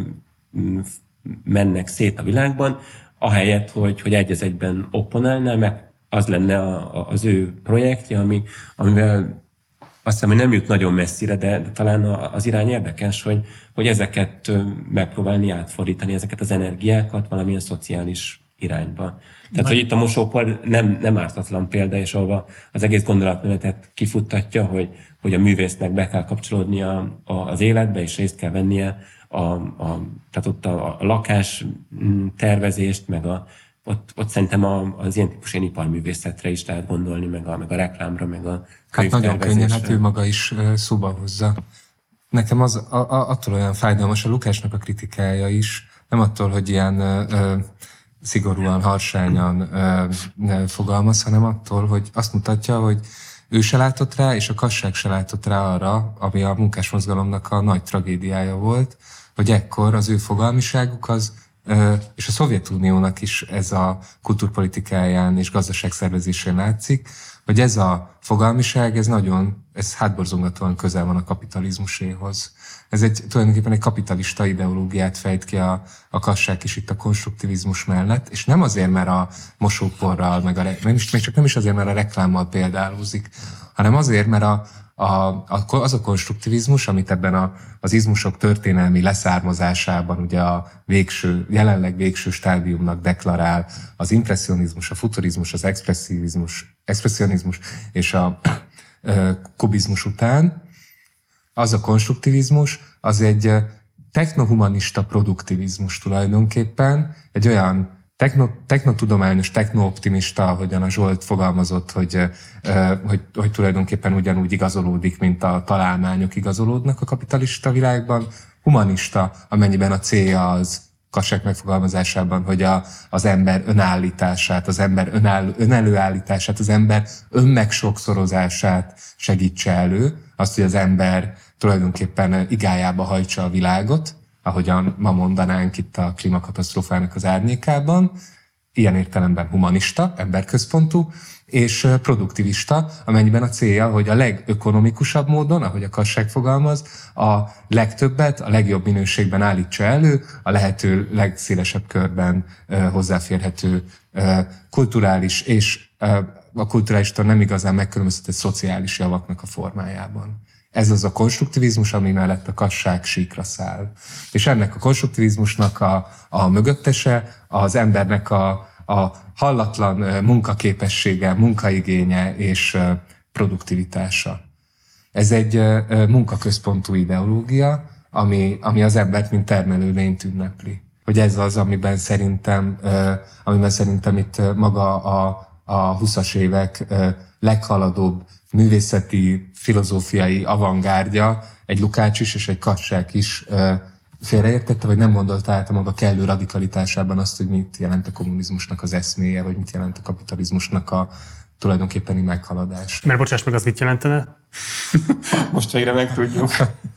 mennek szét a világban, ahelyett, hogy, hogy egy az egyben opponálná, meg az lenne a, a, az ő projektje, ami, amivel azt hiszem, hogy nem jut nagyon messzire, de, de talán az irány érdekes, hogy, hogy ezeket megpróbálni átfordítani, ezeket az energiákat valamilyen szociális irányba. Tehát, hogy itt a mosópor nem, nem ártatlan példa, és ahova az egész gondolatmenetet kifuttatja, hogy, hogy a művésznek be kell kapcsolódnia az életbe, és részt kell vennie a, a, tehát ott a, a lakás tervezést, meg a, ott, ott szerintem a, az ilyen típusú iparművészetre is lehet gondolni, meg a, meg a reklámra, meg a könyvtervezésre. Hát nagyon könnyen, hát ő maga is szóba hozza. Nekem az a, a, attól olyan fájdalmas a Lukásnak a kritikája is, nem attól, hogy ilyen ö, szigorúan, harsányan ö, fogalmaz, hanem attól, hogy azt mutatja, hogy ő se látott rá, és a kasság se látott rá arra, ami a munkásmozgalomnak a nagy tragédiája volt, hogy ekkor az ő fogalmiságuk az és a Szovjetuniónak is ez a kultúrpolitikáján és gazdaságszervezésén látszik, hogy ez a fogalmiság, ez nagyon, ez hátborzongatóan közel van a kapitalizmuséhoz. Ez egy tulajdonképpen egy kapitalista ideológiát fejt ki a, a kassák is itt a konstruktivizmus mellett, és nem azért, mert a mosóporral, meg a, nem is, még csak nem is azért, mert a reklámmal példálózik, hanem azért, mert a, a, az a konstruktivizmus, amit ebben a, az izmusok történelmi leszármazásában ugye a végső, jelenleg végső stádiumnak deklarál az impresszionizmus, a futurizmus, az expresszionizmus, expresszionizmus és a e, kubizmus után, az a konstruktivizmus, az egy technohumanista produktivizmus tulajdonképpen, egy olyan techno, technotudományos, technooptimista, ahogyan a Zsolt fogalmazott, hogy, hogy, hogy tulajdonképpen ugyanúgy igazolódik, mint a találmányok igazolódnak a kapitalista világban, humanista, amennyiben a célja az kassák megfogalmazásában, hogy a, az ember önállítását, az ember önáll, önelőállítását, az ember önmegsokszorozását segítse elő, azt, hogy az ember tulajdonképpen igájába hajtsa a világot, ahogyan ma mondanánk itt a klímakatasztrófának az árnyékában, ilyen értelemben humanista, emberközpontú, és produktivista, amennyiben a célja, hogy a legökonomikusabb módon, ahogy a kasság fogalmaz, a legtöbbet, a legjobb minőségben állítsa elő, a lehető legszélesebb körben uh, hozzáférhető uh, kulturális és uh, a kulturálistól nem igazán megkülönböztetett szociális javaknak a formájában. Ez az a konstruktivizmus, ami mellett a kasság síkra száll. És ennek a konstruktivizmusnak a, a mögöttese az embernek a, a hallatlan munkaképessége, munkaigénye és produktivitása. Ez egy munkaközpontú ideológia, ami, ami az embert mint termelőlényt ünnepli. Hogy ez az, amiben szerintem, amiben szerintem itt maga a, a huszas évek leghaladóbb művészeti, filozófiai avantgárdja, egy Lukács is és egy Kassák is félreértette, vagy nem gondolta át a maga kellő radikalitásában azt, hogy mit jelent a kommunizmusnak az eszméje, vagy mit jelent a kapitalizmusnak a tulajdonképpeni meghaladás. Mert bocsáss meg, az mit jelentene? Most végre megtudjuk.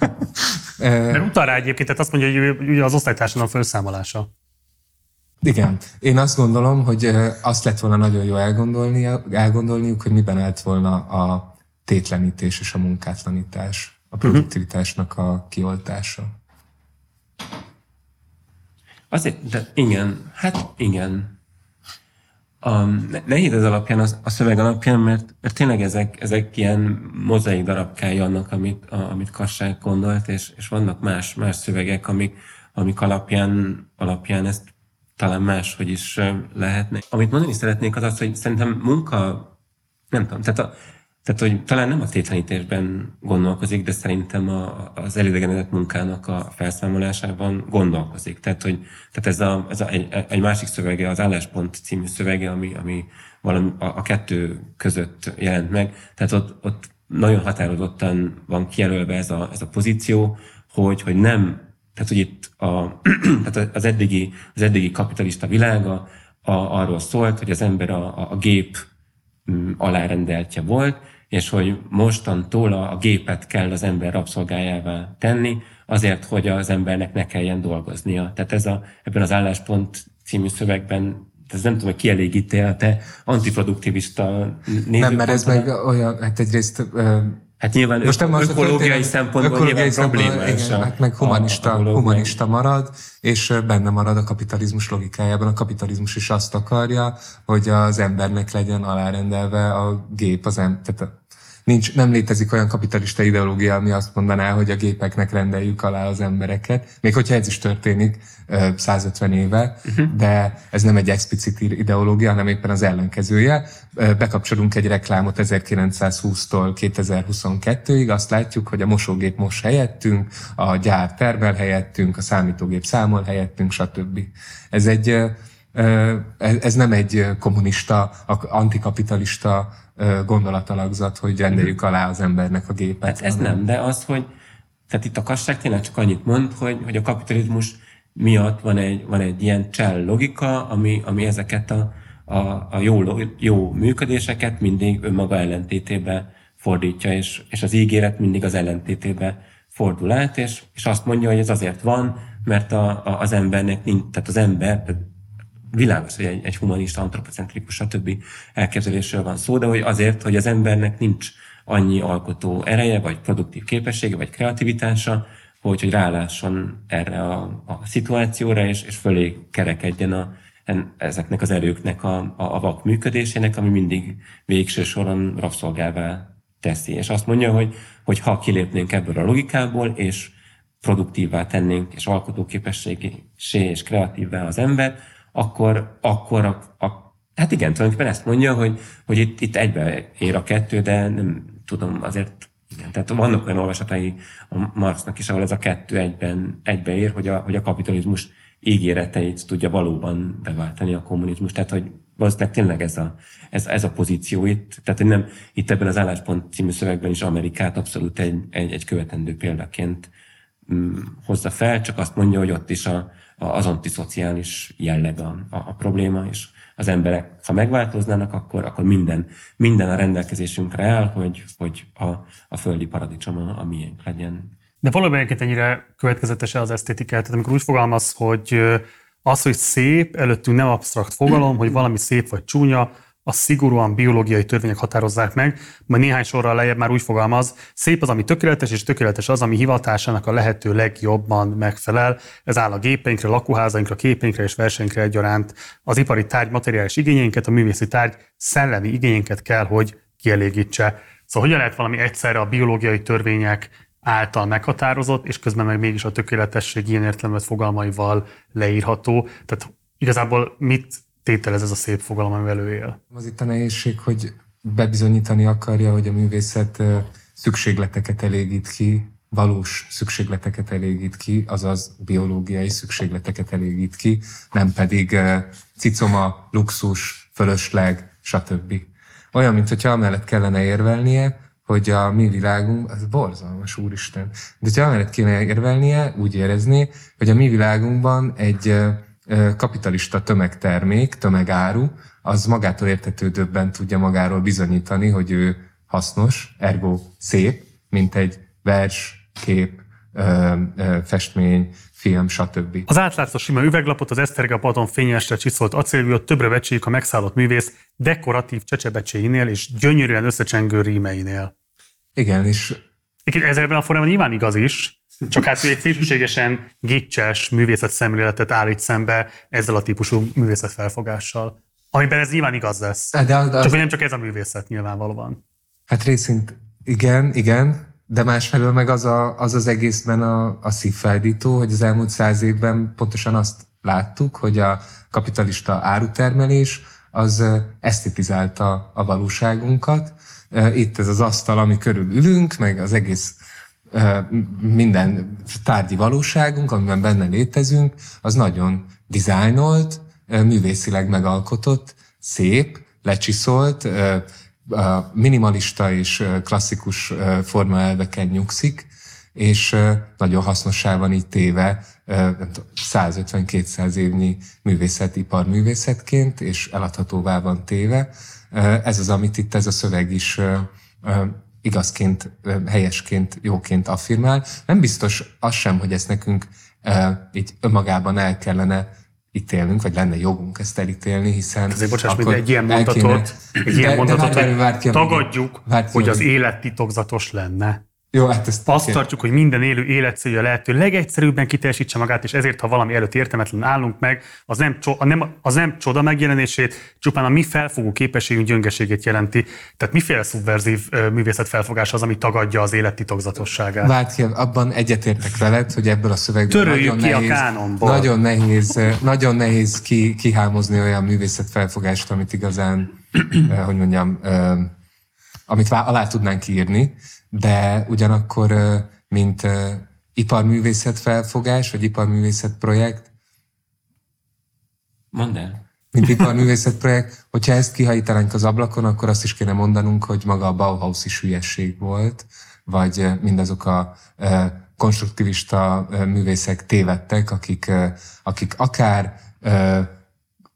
Mert utal rá egyébként, tehát azt mondja, hogy az osztálytársadalom felszámolása. Igen. Én azt gondolom, hogy azt lett volna nagyon jó elgondolni, elgondolniuk, hogy miben állt volna a tétlenítés és a munkátlanítás, a produktivitásnak a kioltása. Azért, de igen, hát igen. Um, nehéz ez alapján, az, a szöveg alapján, mert, mert tényleg ezek, ezek ilyen mozaik darabkái annak, amit, a, amit Kassák gondolt, és, és vannak más, más szövegek, amik, amik alapján, alapján ezt talán máshogy is lehetne. Amit mondani szeretnék az az, hogy szerintem munka, nem tudom, tehát, a, tehát hogy talán nem a tétlenítésben gondolkozik, de szerintem a, az elidegenedett munkának a felszámolásában gondolkozik. Tehát, hogy, tehát ez, a, ez a, egy, egy másik szövege, az Álláspont című szövege, ami, ami valami a, a kettő között jelent meg. Tehát ott, ott nagyon határozottan van kijelölve ez a, ez a pozíció, hogy, hogy nem, tehát hogy itt a, tehát az, eddigi, az eddigi kapitalista világa a, arról szólt, hogy az ember a, a, a gép alárendeltje volt, és hogy mostantól a, a gépet kell az ember rabszolgájává tenni, azért, hogy az embernek ne kelljen dolgoznia. Tehát ez a, ebben az Álláspont című szövegben, ez nem tudom, hogy kielégíti a te antiproduktivista nézőpontot. Nem, mert ez meg olyan, hát egyrészt... Hát nyilván most öko- ökológiai szempontból ökológiai nyilván problémás. Igen, hát meg humanista, a, a humanista marad, és benne marad a kapitalizmus logikájában. A kapitalizmus is azt akarja, hogy az embernek legyen alárendelve a gép, az em- tehát a, nincs, nem létezik olyan kapitalista ideológia, ami azt mondaná, hogy a gépeknek rendeljük alá az embereket. Még hogyha ez is történik százötven éve, uh-huh. de ez nem egy explicit ideológia, hanem éppen az ellenkezője. Bekapcsolunk egy reklámot ezerkilencszázhúsztól kétezer-huszonkettőig, azt látjuk, hogy a mosógép mos helyettünk, a gyár termel helyettünk, a számítógép számol helyettünk, stb. Ez egy ez nem egy kommunista, antikapitalista gondolatalakzat, hogy rendeljük alá az embernek a gépet. Hát ez nem, de az, hogy tehát itt a Kassák tényleg csak annyit mond, hogy, hogy a kapitalizmus miatt van egy, van egy ilyen csell logika, ami, ami ezeket a, a, a jó, jó működéseket mindig önmaga ellentétébe fordítja, és, és az ígéret mindig az ellentétébe fordul át, és, és azt mondja, hogy ez azért van, mert a, a, az embernek nincs, tehát az ember, tehát világos, hogy egy, egy humanista, antropocentrikus, stb. Elképzelésről van szó, de hogy azért, hogy az embernek nincs annyi alkotó ereje, vagy produktív képessége, vagy kreativitása, hogy, hogy rálásson erre a, a szituációra, és, és fölé kerekedjen a, ezeknek az erőknek a, a, a vak működésének, ami mindig végső soron rabszolgává teszi. És azt mondja, hogy, hogy ha kilépnénk ebből a logikából, és produktívvá tennénk, és alkotóképességé és kreatívvá az ember, akkor, akkor a, a, hát igen, tulajdonképpen ezt mondja, hogy, hogy itt, itt egybe ér a kettő, de nem tudom, azért igen. Tehát vannak olyan olvasatai a Marxnak is, ahol ez a kettő egyben, egybe ér, hogy a, hogy a kapitalizmus ígéreteit tudja valóban beváltani a kommunizmus. Tehát, hogy valószínűleg tényleg ez a, ez, ez a pozíció itt. Tehát, hogy nem itt ebben az Álláspont című szövegben is Amerikát abszolút egy, egy, egy követendő példaként mm, hozza fel, csak azt mondja, hogy ott is a, a, az antiszociális jelleg a, a, a probléma, és az emberek, ha megváltoznának, akkor, akkor minden, minden a rendelkezésünkre áll, hogy, hogy a, a földi paradicsom a, a miénk legyen. De valóban egyébként ennyire következetes-e az esztétika? Tehát amikor úgy fogalmaz, hogy az, hogy szép, előttünk nem absztrakt fogalom, hogy valami szép vagy csúnya, azt szigorúan biológiai törvények határozzák meg, majd néhány sorral lejjebb már úgy fogalmaz, szép az, ami tökéletes, és tökéletes az, ami hivatásának a lehető legjobban megfelel. Ez áll a gépeinkre, lakóházainkra, képeinkre és versenyekre egyaránt. Az ipari tárgy materiális igényeinket, a művészi tárgy szellemi igényeinket kell, hogy kielégítse. Szóval hogyan lehet valami egyszerre a biológiai törvények által meghatározott, és közben meg mégis a tökéletesség ilyen értelemben fogalmaival leírható. Tehát igazából mit tételez ez a szép fogalom, amivel előél? Az itt a nehézség, hogy bebizonyítani akarja, hogy a művészet szükségleteket elégít ki, valós szükségleteket elégít ki, azaz biológiai szükségleteket elégít ki, nem pedig cicoma, luxus, fölösleg, stb. Olyan, mint hogyha amellett kellene érvelnie, hogy a mi világunk, az borzalmas, úristen, de hogyha amellett kéne érvelnie, úgy érezni, hogy a mi világunkban egy kapitalista tömegtermék, tömegáru, az magától értetődőbben tudja magáról bizonyítani, hogy ő hasznos, ergo szép, mint egy vers, kép, festmény, film, stb. Az átlátszó sima üveglapot az Esztergom padon fényesre csiszolt acélviót többre becsüljük a megszállott művész dekoratív csecsebecséinél és gyönyörűen összecsengő rímeinél. Igen, és... Ezekben a formában nyilván igaz is, csak hát egy szélsőségesen gicses művészet szemléletet állít szembe ezzel a típusú művészet felfogással. Amiben ez nyilván igaz lesz. De, de, de, csak hogy nem csak ez a művészet nyilvánvalóan. Hát részint igen, igen, de másfelől meg az a, az, az egészben a, a szívfájdító, hogy az elmúlt száz évben pontosan azt láttuk, hogy a kapitalista árutermelés az esztetizálta a valóságunkat. Itt ez az asztal, ami körül ülünk, meg az egész minden tárgyi valóságunk, amiben benne létezünk, az nagyon dizájnolt, művészileg megalkotott, szép, lecsiszolt, minimalista és klasszikus formaelveken nyugszik, és nagyon hasznossá van így téve száz ötven-kétszáz évnyi művészetipar művészetként, és eladhatóvá van téve. Ez az, amit itt ez a szöveg is igazként, helyesként, jóként affirmál. Nem biztos az sem, hogy ezt nekünk így önmagában el kellene ítélnünk, vagy lenne jogunk ezt elítélni, hiszen... Azért bocsáss, mint egy ilyen mondatot, egy ilyen mondatot, hogy tagadjuk, hogy az élet titokzatos lenne. Jó, hát ezt Azt kér... tartjuk, hogy minden élő életcélja lehető legegyszerűbben kiteljesítse magát, és ezért, ha valami előtt értelmetlen állunk meg, az nem, nem, az nem csoda megjelenését, csupán a mi felfogó képességünk gyöngeségét jelenti. Tehát miféle szubverzív művészet felfogás az, ami tagadja az élet titokzatosságát? Vártkér, abban egyetértek veled, hogy ebből a szövegből Töröljük nagyon ki nehéz, a kánonból. Nagyon nehéz, nagyon nehéz ki, kihámozni olyan művészet felfogást, amit igazán, hogy mondjam, amit alá tudnánk írni. De ugyanakkor, mint iparművészet felfogás, vagy iparművészet projekt. Mondd el. Mint iparművészet projekt, hogyha ezt kihajítanánk az ablakon, akkor azt is kéne mondanunk, hogy maga a Bauhaus is hülyesség volt, vagy mindazok a konstruktivista művészek tévedtek, akik, akik akár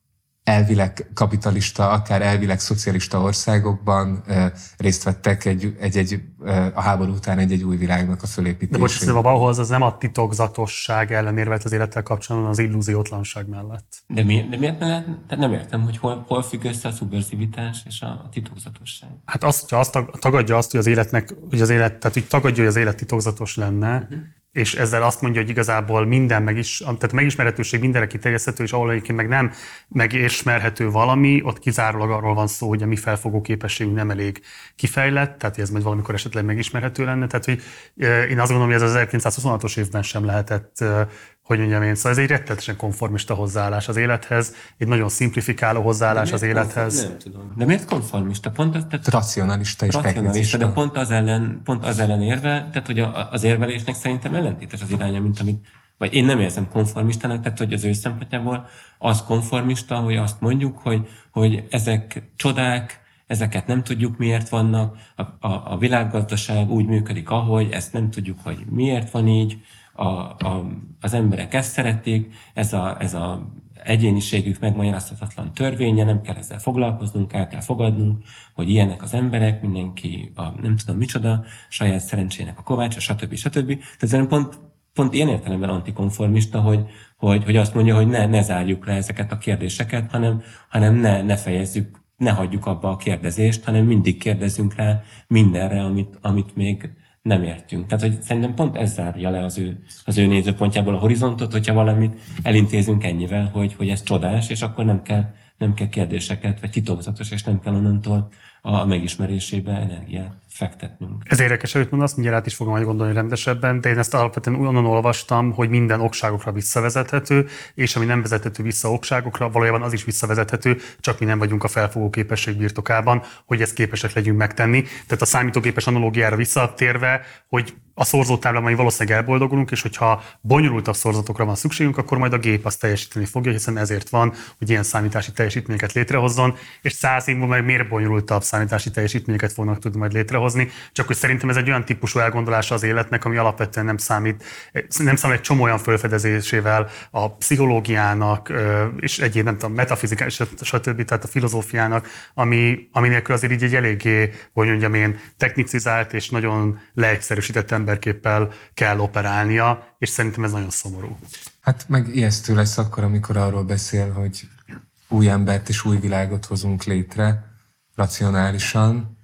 elvileg kapitalista, akár elvileg szocialista országokban részt vettek egy, egy, egy, a háború után egy-egy új világnak a fölépítésében. De bocsánat, valahol az nem a titokzatosság ellen érvelt az élettel kapcsolatban, az illúziótlanság mellett. De, mi, de miért ne, nem értem, hogy hol, hol függ össze a szubverzivitás és a titokzatosság? Hát azt, hogyha azt tagadja azt, hogy az életnek, hogy az élet, tehát hogy tagadja, hogy az élet titokzatos lenne, uh-huh. és ezzel azt mondja, hogy igazából minden meg is, tehát megismerhetőség mindenre kiterjeszthető, és ahol egyébként meg nem megismerhető valami, ott kizárólag arról van szó, hogy a mi felfogó képességünk nem elég kifejlett, tehát ez majd valamikor esetleg megismerhető lenne. Tehát, hogy én azt gondolom, hogy ez az ezerkilencszázhuszonhatos évben sem lehetett, hogy mondjam én, szóval ez egy rettenetesen konformista hozzáállás az élethez, egy nagyon szimplifikáló hozzáállás az élethez. Nem tudom. De miért konformista? Pont az, tehát racionalista és racionalista, de pont az ellen, pont az ellen érve, tehát hogy a, az érvelésnek szerintem ellentétes az iránya, mint amit, vagy én nem érzem konformistának, tehát hogy az ő szempontjából az konformista, hogy azt mondjuk, hogy, hogy ezek csodák, ezeket nem tudjuk miért vannak, a, a, a világgazdaság úgy működik, ahogy, ezt nem tudjuk, hogy miért van így, A, a, az emberek ezt szeretik, ez a, ez a egyéniségük megmagyarázhatatlan törvénye, nem kell ezzel foglalkoznunk, el kell fogadnunk, hogy ilyenek az emberek, mindenki a nem tudom micsoda, saját szerencsének a kovácsa, stb. stb. Tehát pont, pont ilyen értelemben antikonformista, hogy, hogy, hogy azt mondja, hogy ne, ne zárjuk le ezeket a kérdéseket, hanem, hanem ne, ne fejezzük, ne hagyjuk abba a kérdezést, hanem mindig kérdezzünk rá mindenre, amit, amit még nem értünk. Tehát, hogy szerintem pont ez zárja le az ő, az ő nézőpontjából a horizontot, hogyha valamit elintézünk ennyivel, hogy, hogy ez csodás, és akkor nem kell, nem kell kérdéseket, vagy titokzatos, és nem kell onnantól a megismerésébe energiát fektetnünk. Ez érdekes, amit mondasz, mindjárt át is fogom majd gondolni rendesebben, de én ezt alapvetően onnan olvastam, hogy minden okságokra visszavezethető, és ami nem vezethető vissza okságokra, valójában az is visszavezethető, csak mi nem vagyunk a felfogó képesség birtokában, hogy ezt képesek legyünk megtenni. Tehát a számítógépes analógiára visszatérve, hogy a szorzótáblában valószínűleg elboldogulunk, és hogyha bonyolultabb szorzatokra van szükségünk, akkor majd a gép azt teljesíteni fogja, hiszen ezért van, hogy ilyen számítási teljesítményeket létrehozzon, és száz év múlva meg miért bonyolultabb számítási teljesítményeket fognak tudni majd létrehozni. Csak hogy szerintem ez egy olyan típusú elgondolása az életnek, ami alapvetően nem számít, nem számít egy csomó olyan felfedezésével a pszichológiának, és egyéb, nem tudom, metafizikák, stb., tehát a filozófiának, ami, ami nélkül azért így egy eléggé, hogy mondjam én, technicizált és nagyon leegyszerűsített emberképpel kell operálnia, és szerintem ez nagyon szomorú. Hát meg ijesztő lesz akkor, amikor arról beszél, hogy új embert és új világot hozunk létre, racionálisan,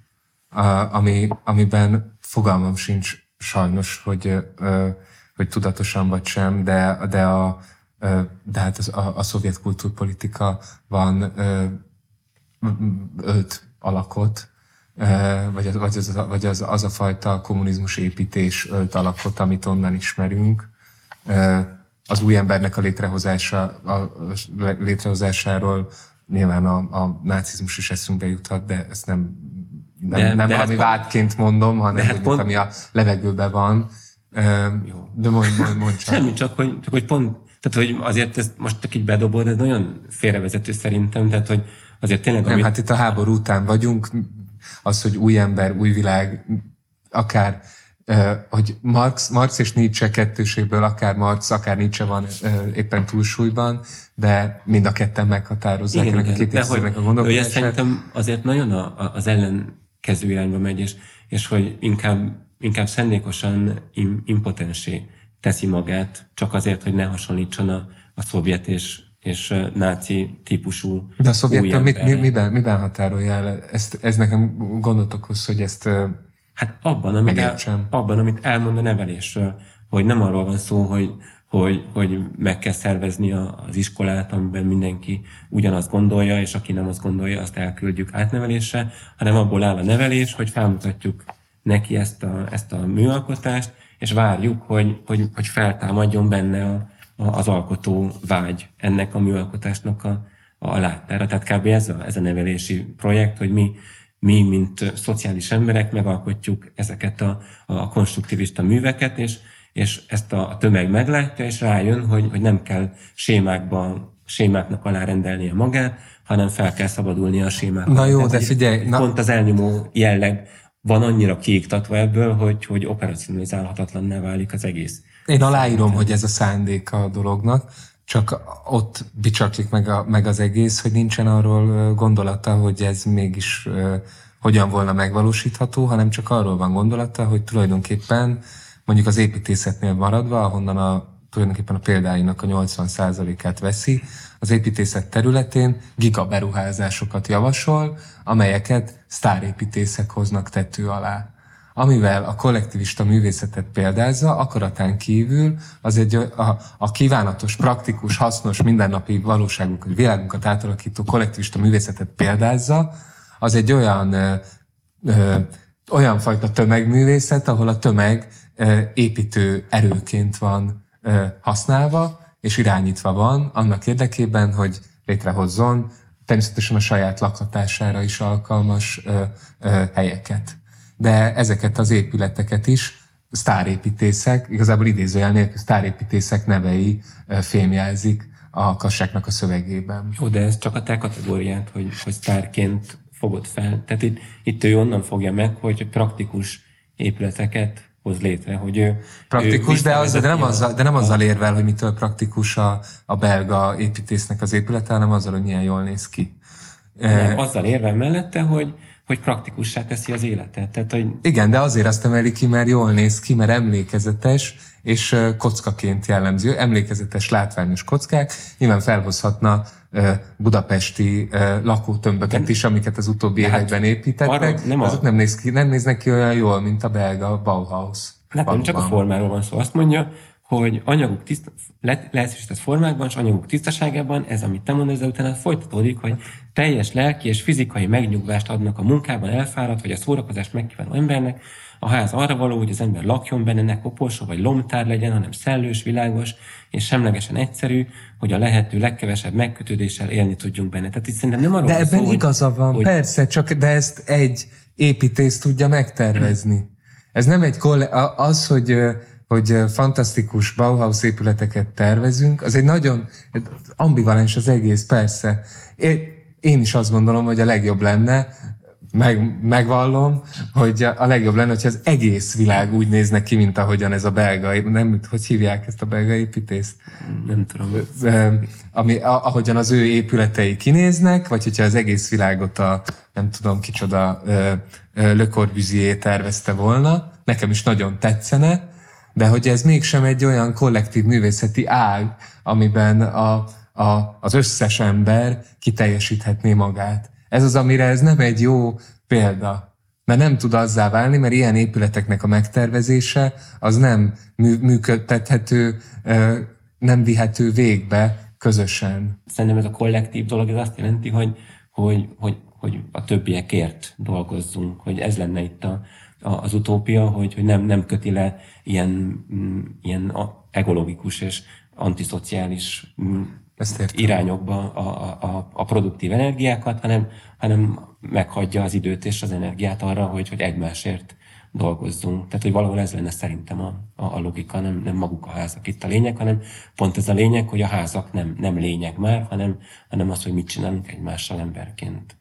ami, amiben fogalmam sincs sajnos, hogy, hogy tudatosan vagy sem, de, de, a, de hát az, a, a szovjet kultúrpolitika van öt alakot, vagy, az, vagy, az, vagy az, az a fajta kommunizmus építés ölt alakot, amit onnan ismerünk. Az új embernek a létrehozása, a létrehozásáról nyilván a, a nácizmus is eszünkbe juthat, de ezt nem, nem, de, nem de valami hát vádként mondom, hanem hát pont, ami a levegőben van. Jó. De mondj, mondj, mondj csak. Semmi, csak hogy, csak hogy pont, tehát hogy azért ezt most csak így bedobod, ez nagyon félrevezető szerintem, tehát hogy azért tényleg... Nem, amit... hát itt a háború után vagyunk, az, hogy új ember, új világ, akár hogy Marx, Marx és Nietzsche kettőségből akár Marx, akár Nietzsche van éppen túlsúlyban, de mind a ketten meghatározzák igen, ennek igen, a két évtizednek a gondolkodását. Ez szerintem azért nagyon a, a, az ellenkező irányba megy, és, és hogy inkább, inkább szándékosan impotensé teszi magát, csak azért, hogy ne hasonlítson a, a szovjet és, és náci típusú. De a szovjet mit, mi, miben, miben határolja el? Ezt, ez nekem gondot okoz, hogy ezt... Hát abban amit, el, abban, amit elmond a nevelésről, hogy nem arról van szó, hogy, hogy, hogy meg kell szervezni az iskolát, amiben mindenki ugyanazt gondolja, és aki nem azt gondolja, azt elküldjük átnevelésre, hanem abból áll a nevelés, hogy felmutatjuk neki ezt a, ezt a műalkotást, és várjuk, hogy, hogy, hogy feltámadjon benne a, a, az alkotó vágy ennek a műalkotásnak a, a láttára. Tehát kb. ez a, ez a nevelési projekt, hogy mi mi, mint szociális emberek megalkotjuk ezeket a, a konstruktivista műveket, és, és ezt a tömeg meglátja, és rájön, hogy, hogy nem kell sémákba, sémáknak alárendelnie magát, hanem fel kell szabadulnia a sémákban. Na jó, tehát, de figyelj! Na... Pont az elnyomó jelleg van annyira kiiktatva ebből, hogy, hogy operacionalizálhatatlanná válik az egész. Én aláírom, hogy ez a szándéka a dolognak, csak ott bicsaklik meg, a, meg az egész, hogy nincsen arról gondolata, hogy ez mégis uh, hogyan volna megvalósítható, hanem csak arról van gondolata, hogy tulajdonképpen mondjuk az építészetnél maradva, ahonnan a, tulajdonképpen a példáinak a nyolcvan százalékát veszi, az építészet területén gigaberuházásokat javasol, amelyeket sztárépítészek hoznak tető alá. Amivel a kollektivista művészetet példázza, akaratán kívül az egy a, a kívánatos, praktikus, hasznos, mindennapi valóságunkat, világunkat átalakító kollektivista művészetet példázza, az egy olyan, ö, ö, olyan fajta tömegművészet, ahol a tömeg ö, építő erőként van ö, használva, és irányítva van annak érdekében, hogy létrehozzon természetesen a saját lakhatására is alkalmas ö, ö, helyeket. De ezeket az épületeket is sztárépítészek, igazából idézőjel nélkül sztárépítészek nevei ö, fémjelzik a kassáknak a szövegében. Jó, de ez csak a te kategóriát, hogy, hogy sztárként fogod fel. Tehát itt, itt ő onnan fogja meg, hogy praktikus épületeket hoz létre, hogy ő... Praktikus, ő de, az, de, nem azzal, de nem azzal érvel, hogy mitől praktikus a, a belga építésznek az épülete, hanem azzal, hogy milyen jól néz ki. Nem, azzal érvel mellette, hogy, hogy praktikussá teszi az életet. Tehát, hogy... Igen, de azért azt emeli ki, mert jól néz ki, mert emlékezetes, és kockaként jellemző, emlékezetes, látványos kockák. Nyilván felhozhatna budapesti lakótömböket is, amiket az utóbbi hát években építettek. Nem azok a... nem, néz ki, nem néznek ki olyan jól, mint a belga Bauhaus. Hát nem csak a formáról van szó. Azt mondja, hogy anyaguk tiszt, le, lehetősített formákban és anyaguk tisztaságában, ez, amit te mondasz, de utána folytatódik, hogy teljes lelki és fizikai megnyugvást adnak a munkában elfáradt, vagy a szórakozást megkívánó embernek. A ház arra való, hogy az ember lakjon benne, ne koporsó vagy lomtár legyen, hanem szellős, világos és semlegesen egyszerű, hogy a lehető legkevesebb megkötődéssel élni tudjunk benne. Tehát itt szerintem nem arról de ebben szó, igaza van, hogy... persze, csak de ezt egy építész tudja megtervezni. Ez nem egy kolle... Az, hogy, hogy fantasztikus Bauhaus épületeket tervezünk, az egy nagyon ambivalens az egész, persze. Én is azt gondolom, hogy a legjobb lenne, Meg, megvallom, hogy a legjobb lenne, hogyha az egész világ úgy nézne ki, mint ahogyan ez a belga, nem, hogy hívják ezt a belga építészt? Nem tudom. Ami, ahogyan az ő épületei kinéznek, vagy hogyha az egész világot a, nem tudom kicsoda, Le Corbusier tervezte volna, nekem is nagyon tetszene, de hogy ez mégsem egy olyan kollektív művészeti ág, amiben a, a, az összes ember kiteljesíthetné magát. Ez az, amire ez nem egy jó példa. Mert nem tud azzá válni, mert ilyen épületeknek a megtervezése az nem működtethető, nem vihető végbe közösen. Szerintem ez a kollektív dolog, ez azt jelenti, hogy, hogy, hogy, hogy a többiekért dolgozzunk, hogy ez lenne itt a, a, az utópia, hogy, hogy nem, nem köti le ilyen, ilyen egologikus és antiszociális irányokba a, a, a produktív energiákat, hanem, hanem meghagyja az időt és az energiát arra, hogy, hogy egymásért dolgozzunk. Tehát, hogy valahol ez lenne szerintem a, a, a logika, nem, nem maguk a házak itt a lényeg, hanem pont ez a lényeg, hogy a házak nem, nem lényeg már, hanem, hanem az, hogy mit csinálunk egymással emberként.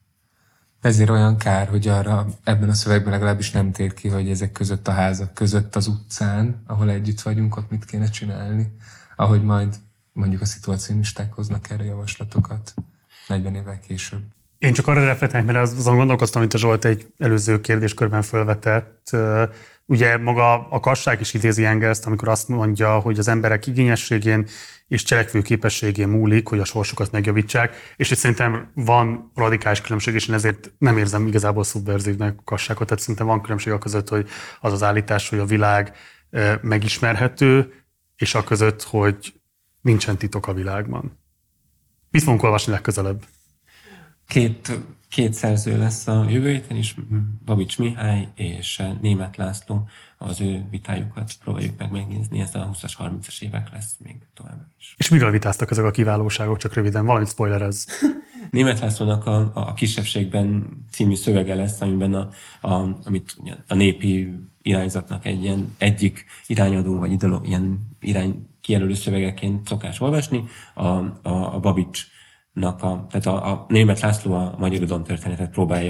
Ezért olyan kár, hogy arra ebben a szövegben legalábbis nem tér ki, hogy ezek között a házak között az utcán, ahol együtt vagyunk, ott mit kéne csinálni, ahogy majd mondjuk a szituacionisták hoznak erre javaslatokat negyven évvel később. Én csak arra reflektálok, mert azon gondolkoztam, amit a Zsolt egy előző kérdéskörben felvetett. Ugye maga a kasság is idézi Engelszt, amikor azt mondja, hogy az emberek igényességén és cselekvőképességén múlik, hogy a sorsokat megjavítsák, és itt szerintem van radikális különbség, és én ezért nem érzem igazából szubverzívnek a kasságot, tehát szerintem van különbség a között, hogy az az állítás, hogy a világ megismerhető, és a között, hogy nincsen titok a világban. Mit fogunk olvasni legközelebb? Két, két szerző lesz a jövő héten is, Babics Mihály és Németh László. Az ő vitájukat próbáljuk meg megnézni, ez a húszas, harmincas évek lesz még tovább is. És miről vitáztak ezek a kiválóságok, csak röviden? Valamit spoilerez. Németh Lászlónak a, a Kisebbségben című szövege lesz, amiben a, a, amit a népi irányzatnak egy ilyen egyik irányadó, vagy idaló, ilyen irány kijelölő szövegeként szokás olvasni. A, a, a Babicsnak, a, tehát a, a Németh László a magyar irodalomtörténetet próbálja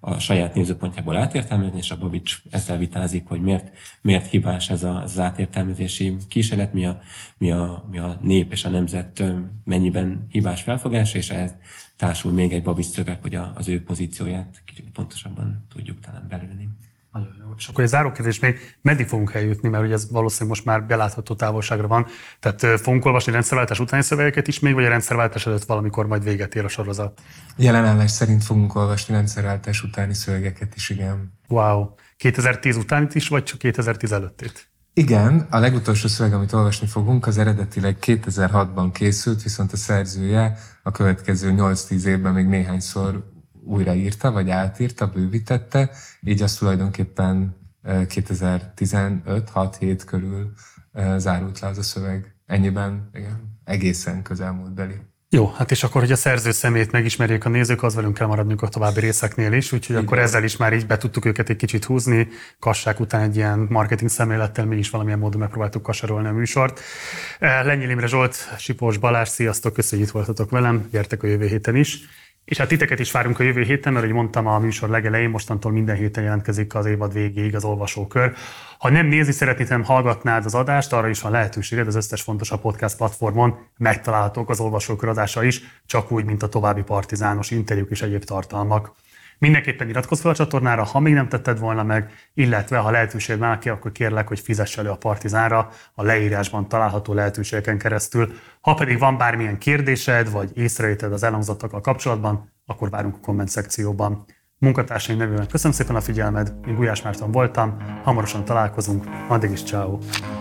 a saját nézőpontjából átértelmezni, és a Babics ezzel vitázik, hogy miért, miért hibás ez az átértelmezési kísérlet, mi a, mi, a, mi a nép és a nemzet mennyiben hibás felfogása, és ehhez társul még egy Babics szöveg, hogy az ő pozícióját kicsit pontosabban tudjuk talán belőni. Nagyon jó. És akkor egy zárókérdés még, meddig fogunk eljutni, mert ugye ez valószínűleg most már belátható távolságra van. Tehát fogunk olvasni rendszerváltás utáni szövegeket is még, vagy a rendszerváltás előtt valamikor majd véget ér a sorozat? Jelenállás szerint fogunk olvasni rendszerváltás utáni szövegeket is, igen. Wow. kétezer-tíz utánit is, vagy csak kétezer-tíz előttét? Igen, a legutolsó szöveg, amit olvasni fogunk, az eredetileg kétezer-hatban készült, viszont a szerzője a következő nyolc-tíz évben még néhányszor újraírta, vagy átírta, bővítette, így az tulajdonképpen kétezer-tizenöt hat-hét körül zárult le az a szöveg. Ennyiben igen, egészen közelmúltbeli. Jó, hát és akkor, hogy a szerző szemét megismerjék a nézők, az velünk kell maradnunk a további részeknél is, úgyhogy igen. Akkor ezzel is már így be tudtuk őket egy kicsit húzni. Kassák után egy ilyen marketing szemlélettel mi is valamilyen módon megpróbáltuk kasarolni a műsort. Lengyel Imre Zsolt, Sipos Balázs, sziasztok, köszönjük, hogy itt voltatok velem, gyertek a jövő héten is. És hát titeket is várunk a jövő héten, mert ahogy mondtam a műsor legelején, mostantól minden héten jelentkezik az évad végéig az olvasókör. Ha nem nézni szeretnéd, hanem hallgatnád az adást, arra is van lehetőséged, az összes fontosabb podcast platformon megtalálhatók az olvasókör adása is, csak úgy, mint a további partizános interjúk és egyéb tartalmak. Mindenképpen iratkozz fel a csatornára, ha még nem tetted volna meg, illetve ha lehetőséged van ki, akkor kérlek, hogy fizess elő a Partizánra a leírásban található lehetőségeken keresztül. Ha pedig van bármilyen kérdésed, vagy észrevételed az elhangzottakkal kapcsolatban, akkor várunk a komment szekcióban. Munkatársaim nevében köszönöm szépen a figyelmed, én Gulyás Márton voltam, hamarosan találkozunk, addig is ciao.